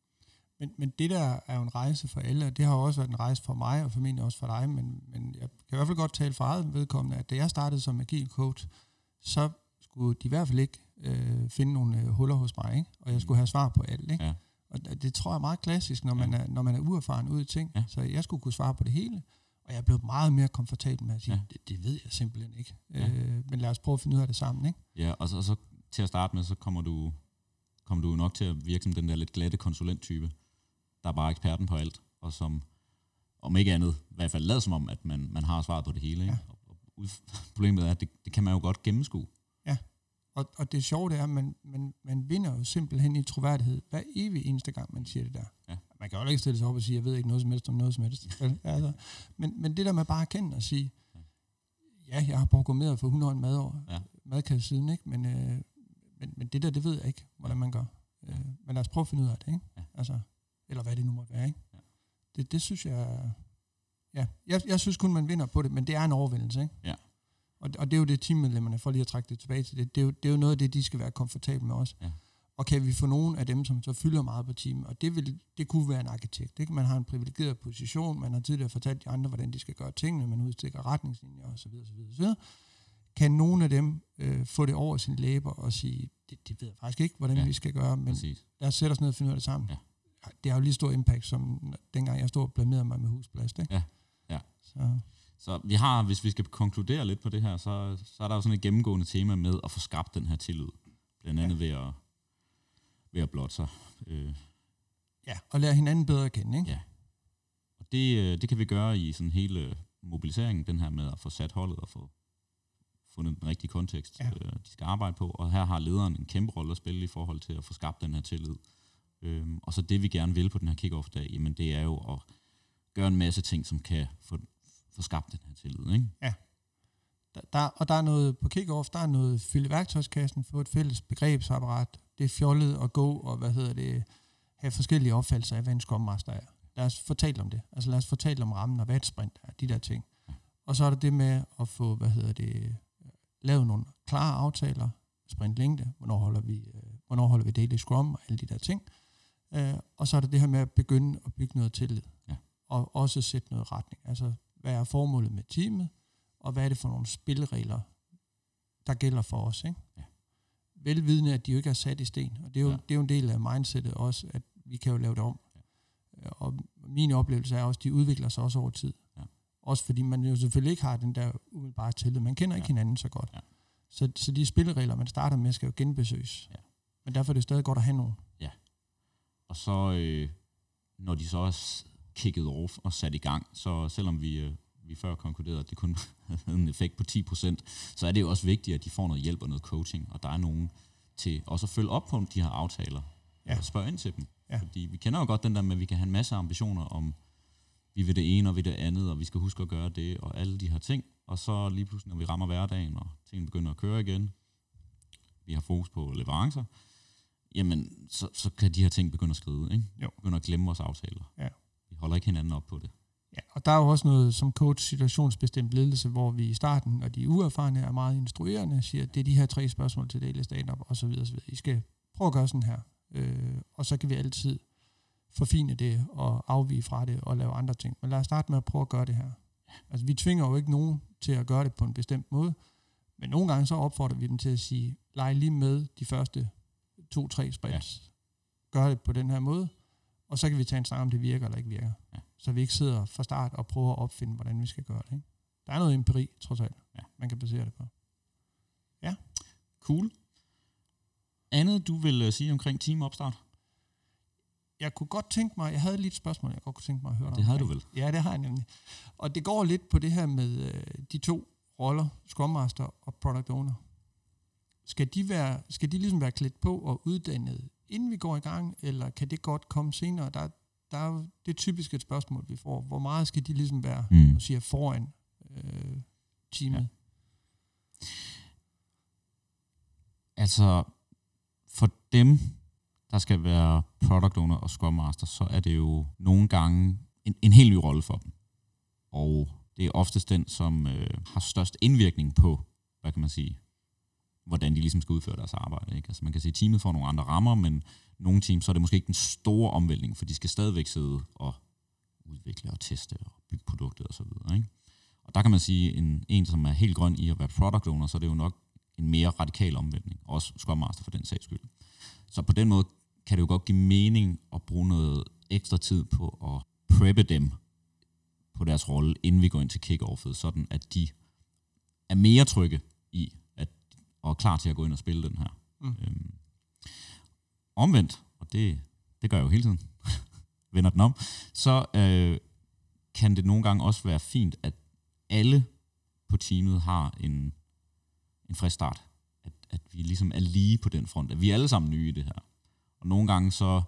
S2: Men det der er jo en rejse for alle, og det har jo også været en rejse for mig, og formentlig også for dig, men jeg kan i hvert fald godt tale for eget vedkommende, at da jeg startede som agil coach, så skulle de i hvert fald ikke finde nogle huller hos mig, ikke? Og jeg skulle have svar på alt. Ikke?
S1: Ja.
S2: Og det tror jeg er meget klassisk, når man er uerfaren ud i ting.
S1: Ja.
S2: Så jeg skulle kunne svare på det hele, og jeg er blevet meget mere komfortabel med at sige, det ved jeg simpelthen ikke. Men lad os prøve at finde ud af det sammen. Ikke?
S1: Ja, og så til at starte med, så kommer du nok til at virke som den der lidt glatte konsulenttype, der er bare eksperten på alt, og som, om ikke andet, i hvert fald lader som om, at man har svaret på det hele. Ikke?
S2: Ja.
S1: Og problemet er, at det kan man jo godt gennemskue.
S2: Ja, og det sjove det er, at man vinder jo simpelthen i troværdighed hver evig eneste gang, man siger det der.
S1: Ja.
S2: Man kan jo ikke stille sig op og sige, jeg ved ikke noget som helst om noget som helst. Altså, men det der med bare at kende og sige, ja, jeg har programmeret for 100 madkasse siden, ikke? Men det der, det ved jeg ikke, hvordan man gør. Men lad os prøve at finde ud af det, ikke?
S1: Ja.
S2: Altså, eller hvad det nu må være, ikke?
S1: Ja.
S2: Det synes jeg... Ja, jeg synes kun, man vinder på det, men det er en overvindelse, ikke?
S1: Ja.
S2: Og det er jo det teammedlemmerne, for lige at trække det tilbage til det, det er jo noget af det, de skal være komfortable med os.
S1: Ja.
S2: Og kan vi få nogen af dem, som så fylder meget på teamet, og det kunne være en arkitekt, ikke? Man har en privilegeret position, man har tidligere fortalt de andre, hvordan de skal gøre tingene, man udstikker retningslinjer osv. Kan nogen af dem få det over sine læber og sige, det ved jeg faktisk ikke, hvordan vi skal gøre, men lad os sætte os ned og finde ud af det sammen. Ja. Det har jo lige stor impact, som dengang jeg stod og blamerede mig med husplast, ikke?
S1: Ja.
S2: Så
S1: vi har, hvis vi skal konkludere lidt på det her, så er der jo sådan et gennemgående tema med at få skabt den her tillid. Blandt andet ved at blotte sig.
S2: Ja, og lære hinanden bedre at kende, ikke?
S1: Ja. Og det kan vi gøre i sådan hele mobiliseringen, den her med at få sat holdet og få fundet den rigtige kontekst, de skal arbejde på. Og her har lederen en kæmpe rolle at spille i forhold til at få skabt den her tillid. Og så det, vi gerne vil på den her kick-off-dag, jamen det er jo at gøre en masse ting, som kan få skabt den her tillid, ikke?
S2: Ja. Der er noget på kick-off, der er noget fylde værktøjskassen, få et fælles begrebsapparat. Det er fjollet at gå og, have forskellige opfattelser af, hvad en Scrum Master er. Lad os fortælle om det. Altså lad os fortælle om rammen og hvad et sprint er, de der ting. Ja. Og så er der det med at få, lavet nogle klare aftaler, sprintlængde, hvornår holder vi daily Scrum og alle de der ting. Og så er der det her med at begynde at bygge noget tillid. Ja. Og også sætte noget retning. Altså, hvad er formålet med teamet, og hvad er det for nogle spilleregler, der gælder for os, ikke? Ja. Velvidende, at de jo ikke er sat i sten. Og det er jo en del af mindsetet også, at vi kan jo lave det om. Ja. Og min oplevelse er også, at de udvikler sig også over tid. Ja. Også fordi man jo selvfølgelig ikke har den der umiddelbare tillid. Man kender ikke hinanden så godt. Ja. Så de spilleregler, man starter med, skal jo genbesøges. Ja. Men derfor er det stadig godt at have nogen. Ja.
S1: Og så, når de så er kicket off og sat i gang, så selvom vi før konkluderede, at det kun havde en effekt på 10%, så er det jo også vigtigt, at de får noget hjælp og noget coaching, og der er nogen til også at følge op på de her aftaler, og spørge ind til dem. Ja. Fordi vi kender jo godt den der med, at vi kan have en masse ambitioner om, vi vil det ene og vi vil det andet, og vi skal huske at gøre det, og alle de her ting. Og så lige pludselig, når vi rammer hverdagen, og tingene begynder at køre igen, vi har fokus på leverancer, jamen, så kan de her ting begynde at skride, ikke? Jo. Begynde at glemme vores aftaler. Ja. Vi holder ikke hinanden op på det.
S2: Ja, Og der er jo også noget som coach situationsbestemt ledelse, hvor vi i starten, når de uerfarne er meget instruerende, siger, at det er de her 3 spørgsmål til daily stand-up, og så videre, så videre. I skal prøve at gøre sådan her. Og så kan vi altid forfine det og afvige fra det og lave andre ting. Men lad os starte med at prøve at gøre det her. Altså vi tvinger jo ikke nogen til at gøre det på en bestemt måde, men nogle gange så opfordrer vi dem til at sige, lege lige med de første 2-3 sprints. Ja. Gør det på den her måde, og så kan vi tage en snak om det virker eller ikke virker. Ja. Så vi ikke sidder fra start og prøver at opfinde, hvordan vi skal gøre det. Ikke? Der er noget empiri, trods alt, man kan basere det på. Ja.
S1: Cool. Andet, du vil sige omkring teamopstart?
S2: Jeg kunne godt tænke mig, jeg havde lige et spørgsmål, jeg godt kunne tænke mig at høre dig.
S1: Det havde du vel?
S2: Ja, det har jeg nemlig. Og det går lidt på det her med de 2 roller, Scrum Master og Product Owner. Skal de ligesom være klædt på og uddannet, inden vi går i gang, eller kan det godt komme senere? Der er det typisk et spørgsmål, vi får. Hvor meget skal de ligesom være og siger, foran teamet? Ja.
S1: Altså, for dem, der skal være Product Owner og Scrum Master, så er det jo nogle gange en helt ny rolle for dem. Og det er oftest den, som har størst indvirkning på, hvad kan man sige, hvordan de ligesom skal udføre deres arbejde. Ikke? Altså man kan sige, at teamet får nogle andre rammer, men nogle teams, så er det måske ikke den store omvæltning, for de skal stadigvæk sidde og udvikle og teste og bygge produktet osv. Og der kan man sige, en som er helt grøn i at være Product Owner, så er det jo nok en mere radikal omvæltning. Også Scrum Master for den sags skyld. Så på den måde kan det jo godt give mening at bruge noget ekstra tid på at preppe dem på deres rolle, inden vi går ind til kick-offet, sådan at de er mere trygge i og er klar til at gå ind og spille den her. Omvendt, og det gør jeg jo hele tiden, vender den om, så kan det nogle gange også være fint, at alle på teamet har en frisk start. At vi ligesom er lige på den front. At vi er alle sammen nye i det her. Og nogle gange så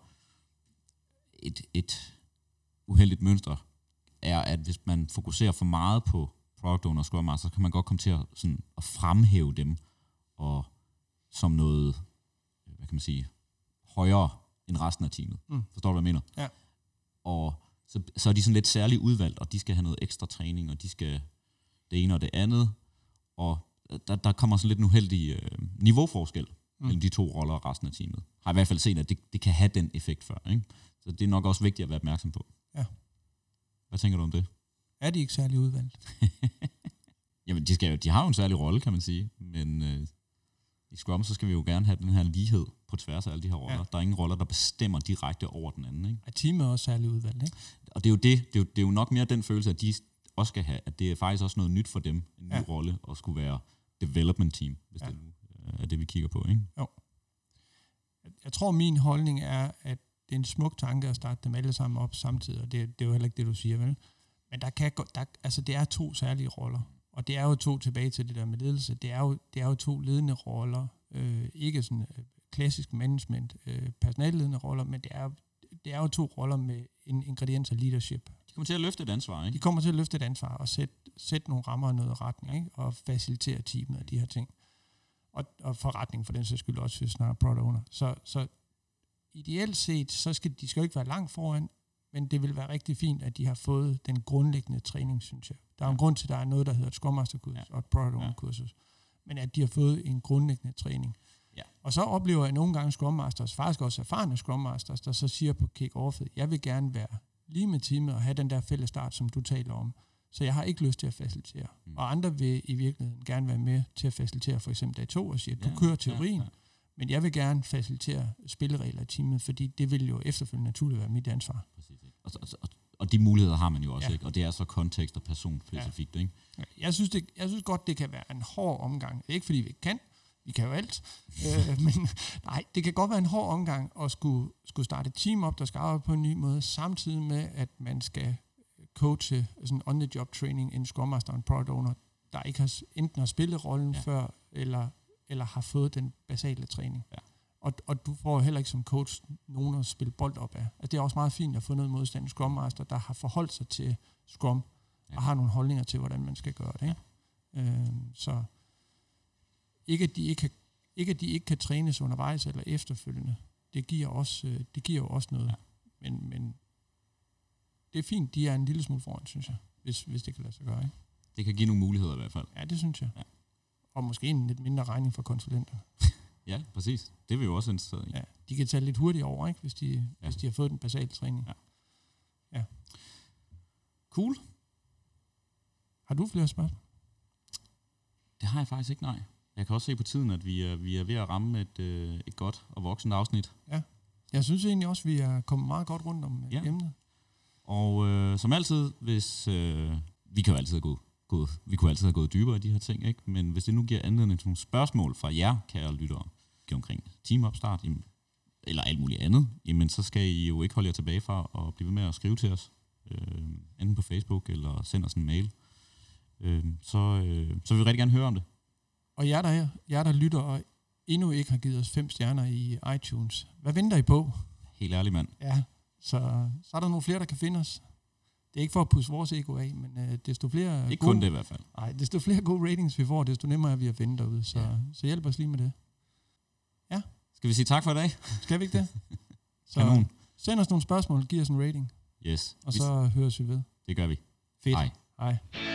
S1: et uheldigt mønster er, at hvis man fokuserer for meget på Product Owner og Scrum Master, så kan man godt komme til at fremhæve dem og som noget, hvad kan man sige, højere end resten af teamet. Forstår du, hvad jeg mener?
S2: Ja.
S1: Og så er de sådan lidt særligt udvalgt, og de skal have noget ekstra træning, og de skal det ene og det andet. Og der kommer sådan lidt en uheldig niveauforskel mellem de 2 roller og resten af teamet. Har i hvert fald set, at det kan have den effekt før. Ikke? Så det er nok også vigtigt at være opmærksom på.
S2: Ja.
S1: Hvad tænker du om det?
S2: Er de ikke særlig udvalgt?
S1: Jamen, de har jo en særlig rolle, kan man sige. Men i Scrum, så skal vi jo gerne have den her lighed på tværs af alle de her roller. Ja. Der er ingen roller, der bestemmer direkte over den anden. Ikke?
S2: Er teamet også særlig udvalgt, ikke?
S1: Og det er jo det er jo nok mere den følelse, at de også skal have, at det er faktisk også noget nyt for dem, en ny rolle, at skulle være development team, hvis det nu er det, vi kigger på, ikke? Jo.
S2: Jeg tror, min holdning er, at det er en smuk tanke at starte dem alle sammen op samtidig, og det er jo heller ikke det, du siger, vel? Men det er 2 særlige roller, og det er jo 2 tilbage til det der med ledelse. Det er jo 2 ledende roller, ikke sådan klassisk management, personalledende roller, men det er jo 2 roller med en ingrediens af leadership.
S1: De kommer til at løfte et ansvar, ikke?
S2: De kommer til at løfte et ansvar og sætte nogle rammer og noget retning, ikke? Og facilitere teamet og de her ting. Og forretning for den sags skyld også, hvis snakker product owner. Så ideelt set, så skal de skal jo ikke være langt foran, men det vil være rigtig fint, at de har fået den grundlæggende træning, synes jeg. Der er en grund til, at der er noget, der hedder et Scrum Master kursus og et Product Owner kursus. Men at de har fået en grundlæggende træning. Ja. Og så oplever jeg nogle gange Scrum Masters, faktisk også erfarne Scrum Masters, der så siger på kick-offet, jeg vil gerne være lige med teamet og have den der fælles start, som du taler om. Så jeg har ikke lyst til at facilitere. Og andre vil i virkeligheden gerne være med til at facilitere for eksempel dag 2 og sige, at du kører teorien, men jeg vil gerne facilitere spilleregler i teamet, fordi det vil jo efterfølgende naturligt være mit ansvar. Præcis.
S1: Og de muligheder har man jo også, ikke? Og det er så kontekst- og personspecifikt, ikke?
S2: Jeg synes godt, det kan være en hård omgang. Ikke fordi vi ikke kan. Vi kan jo alt. Men nej, det kan godt være en hård omgang at skulle starte et team op, der skal arbejde på en ny måde, samtidig med, at man skal coache sådan on-the-job training, en Scrum Master og en Product Owner, der ikke har enten har spillet rollen før, eller har fået den basale træning. Ja. Og du får heller ikke som coach nogen at spille bold op af. Altså, det er også meget fint at få noget modstand en Scrum Master, der har forholdt sig til Scrum, og har nogle holdninger til, hvordan man skal gøre det. Ikke? Ja. Så ikke at de ikke kan trænes undervejs eller efterfølgende. Det giver jo også noget. Ja. Men det er fint, de er en lille smule foran, synes jeg, hvis det kan lade sig gøre. Ikke?
S1: Det kan give nogle muligheder i hvert fald.
S2: Ja, det synes jeg.
S1: Ja.
S2: Og måske en lidt mindre regning for konsulenter.
S1: Ja, præcis. Det er vi jo også interesseret i.
S2: Ja, de kan tage lidt hurtigt over, ikke? Hvis de har fået den basale træning. Ja.
S1: Cool.
S2: Har du flere spørgsmål?
S1: Det har jeg faktisk ikke, nej. Jeg kan også se på tiden, at vi er ved at ramme et godt og voksent afsnit.
S2: Ja. Jeg synes egentlig også, vi er kommet meget godt rundt om emnet.
S1: Og som altid, hvis vi kan jo altid vi kunne altid have gået dybere i de her ting, ikke? Men hvis det nu giver anledning til nogle spørgsmål fra jer, kære lyttere, omkring teamopstart, eller alt muligt andet, jamen så skal I jo ikke holde jer tilbage fra at blive ved med at skrive til os, enten på Facebook eller sende os en mail. Så vil vi rigtig gerne høre om det.
S2: Og jer der lytter og endnu ikke har givet os 5 stjerner i iTunes, hvad venter I på?
S1: Helt ærlig, mand.
S2: Ja, så er der nogle flere, der kan finde os. Det er ikke for at pusse vores ego af, men desto flere
S1: ikke kun det i hvert fald.
S2: Nej, desto flere gode ratings vi får, desto nemmere er vi at finde derude. Så hjælp os lige med det. Ja.
S1: Skal vi sige tak for i dag?
S2: Skal vi ikke det? Så
S1: Kanon.
S2: Send os nogle spørgsmål, giv os en rating.
S1: Yes.
S2: Og så høres vi ved.
S1: Det gør vi.
S2: Fedt.
S1: Hej.
S2: Hej.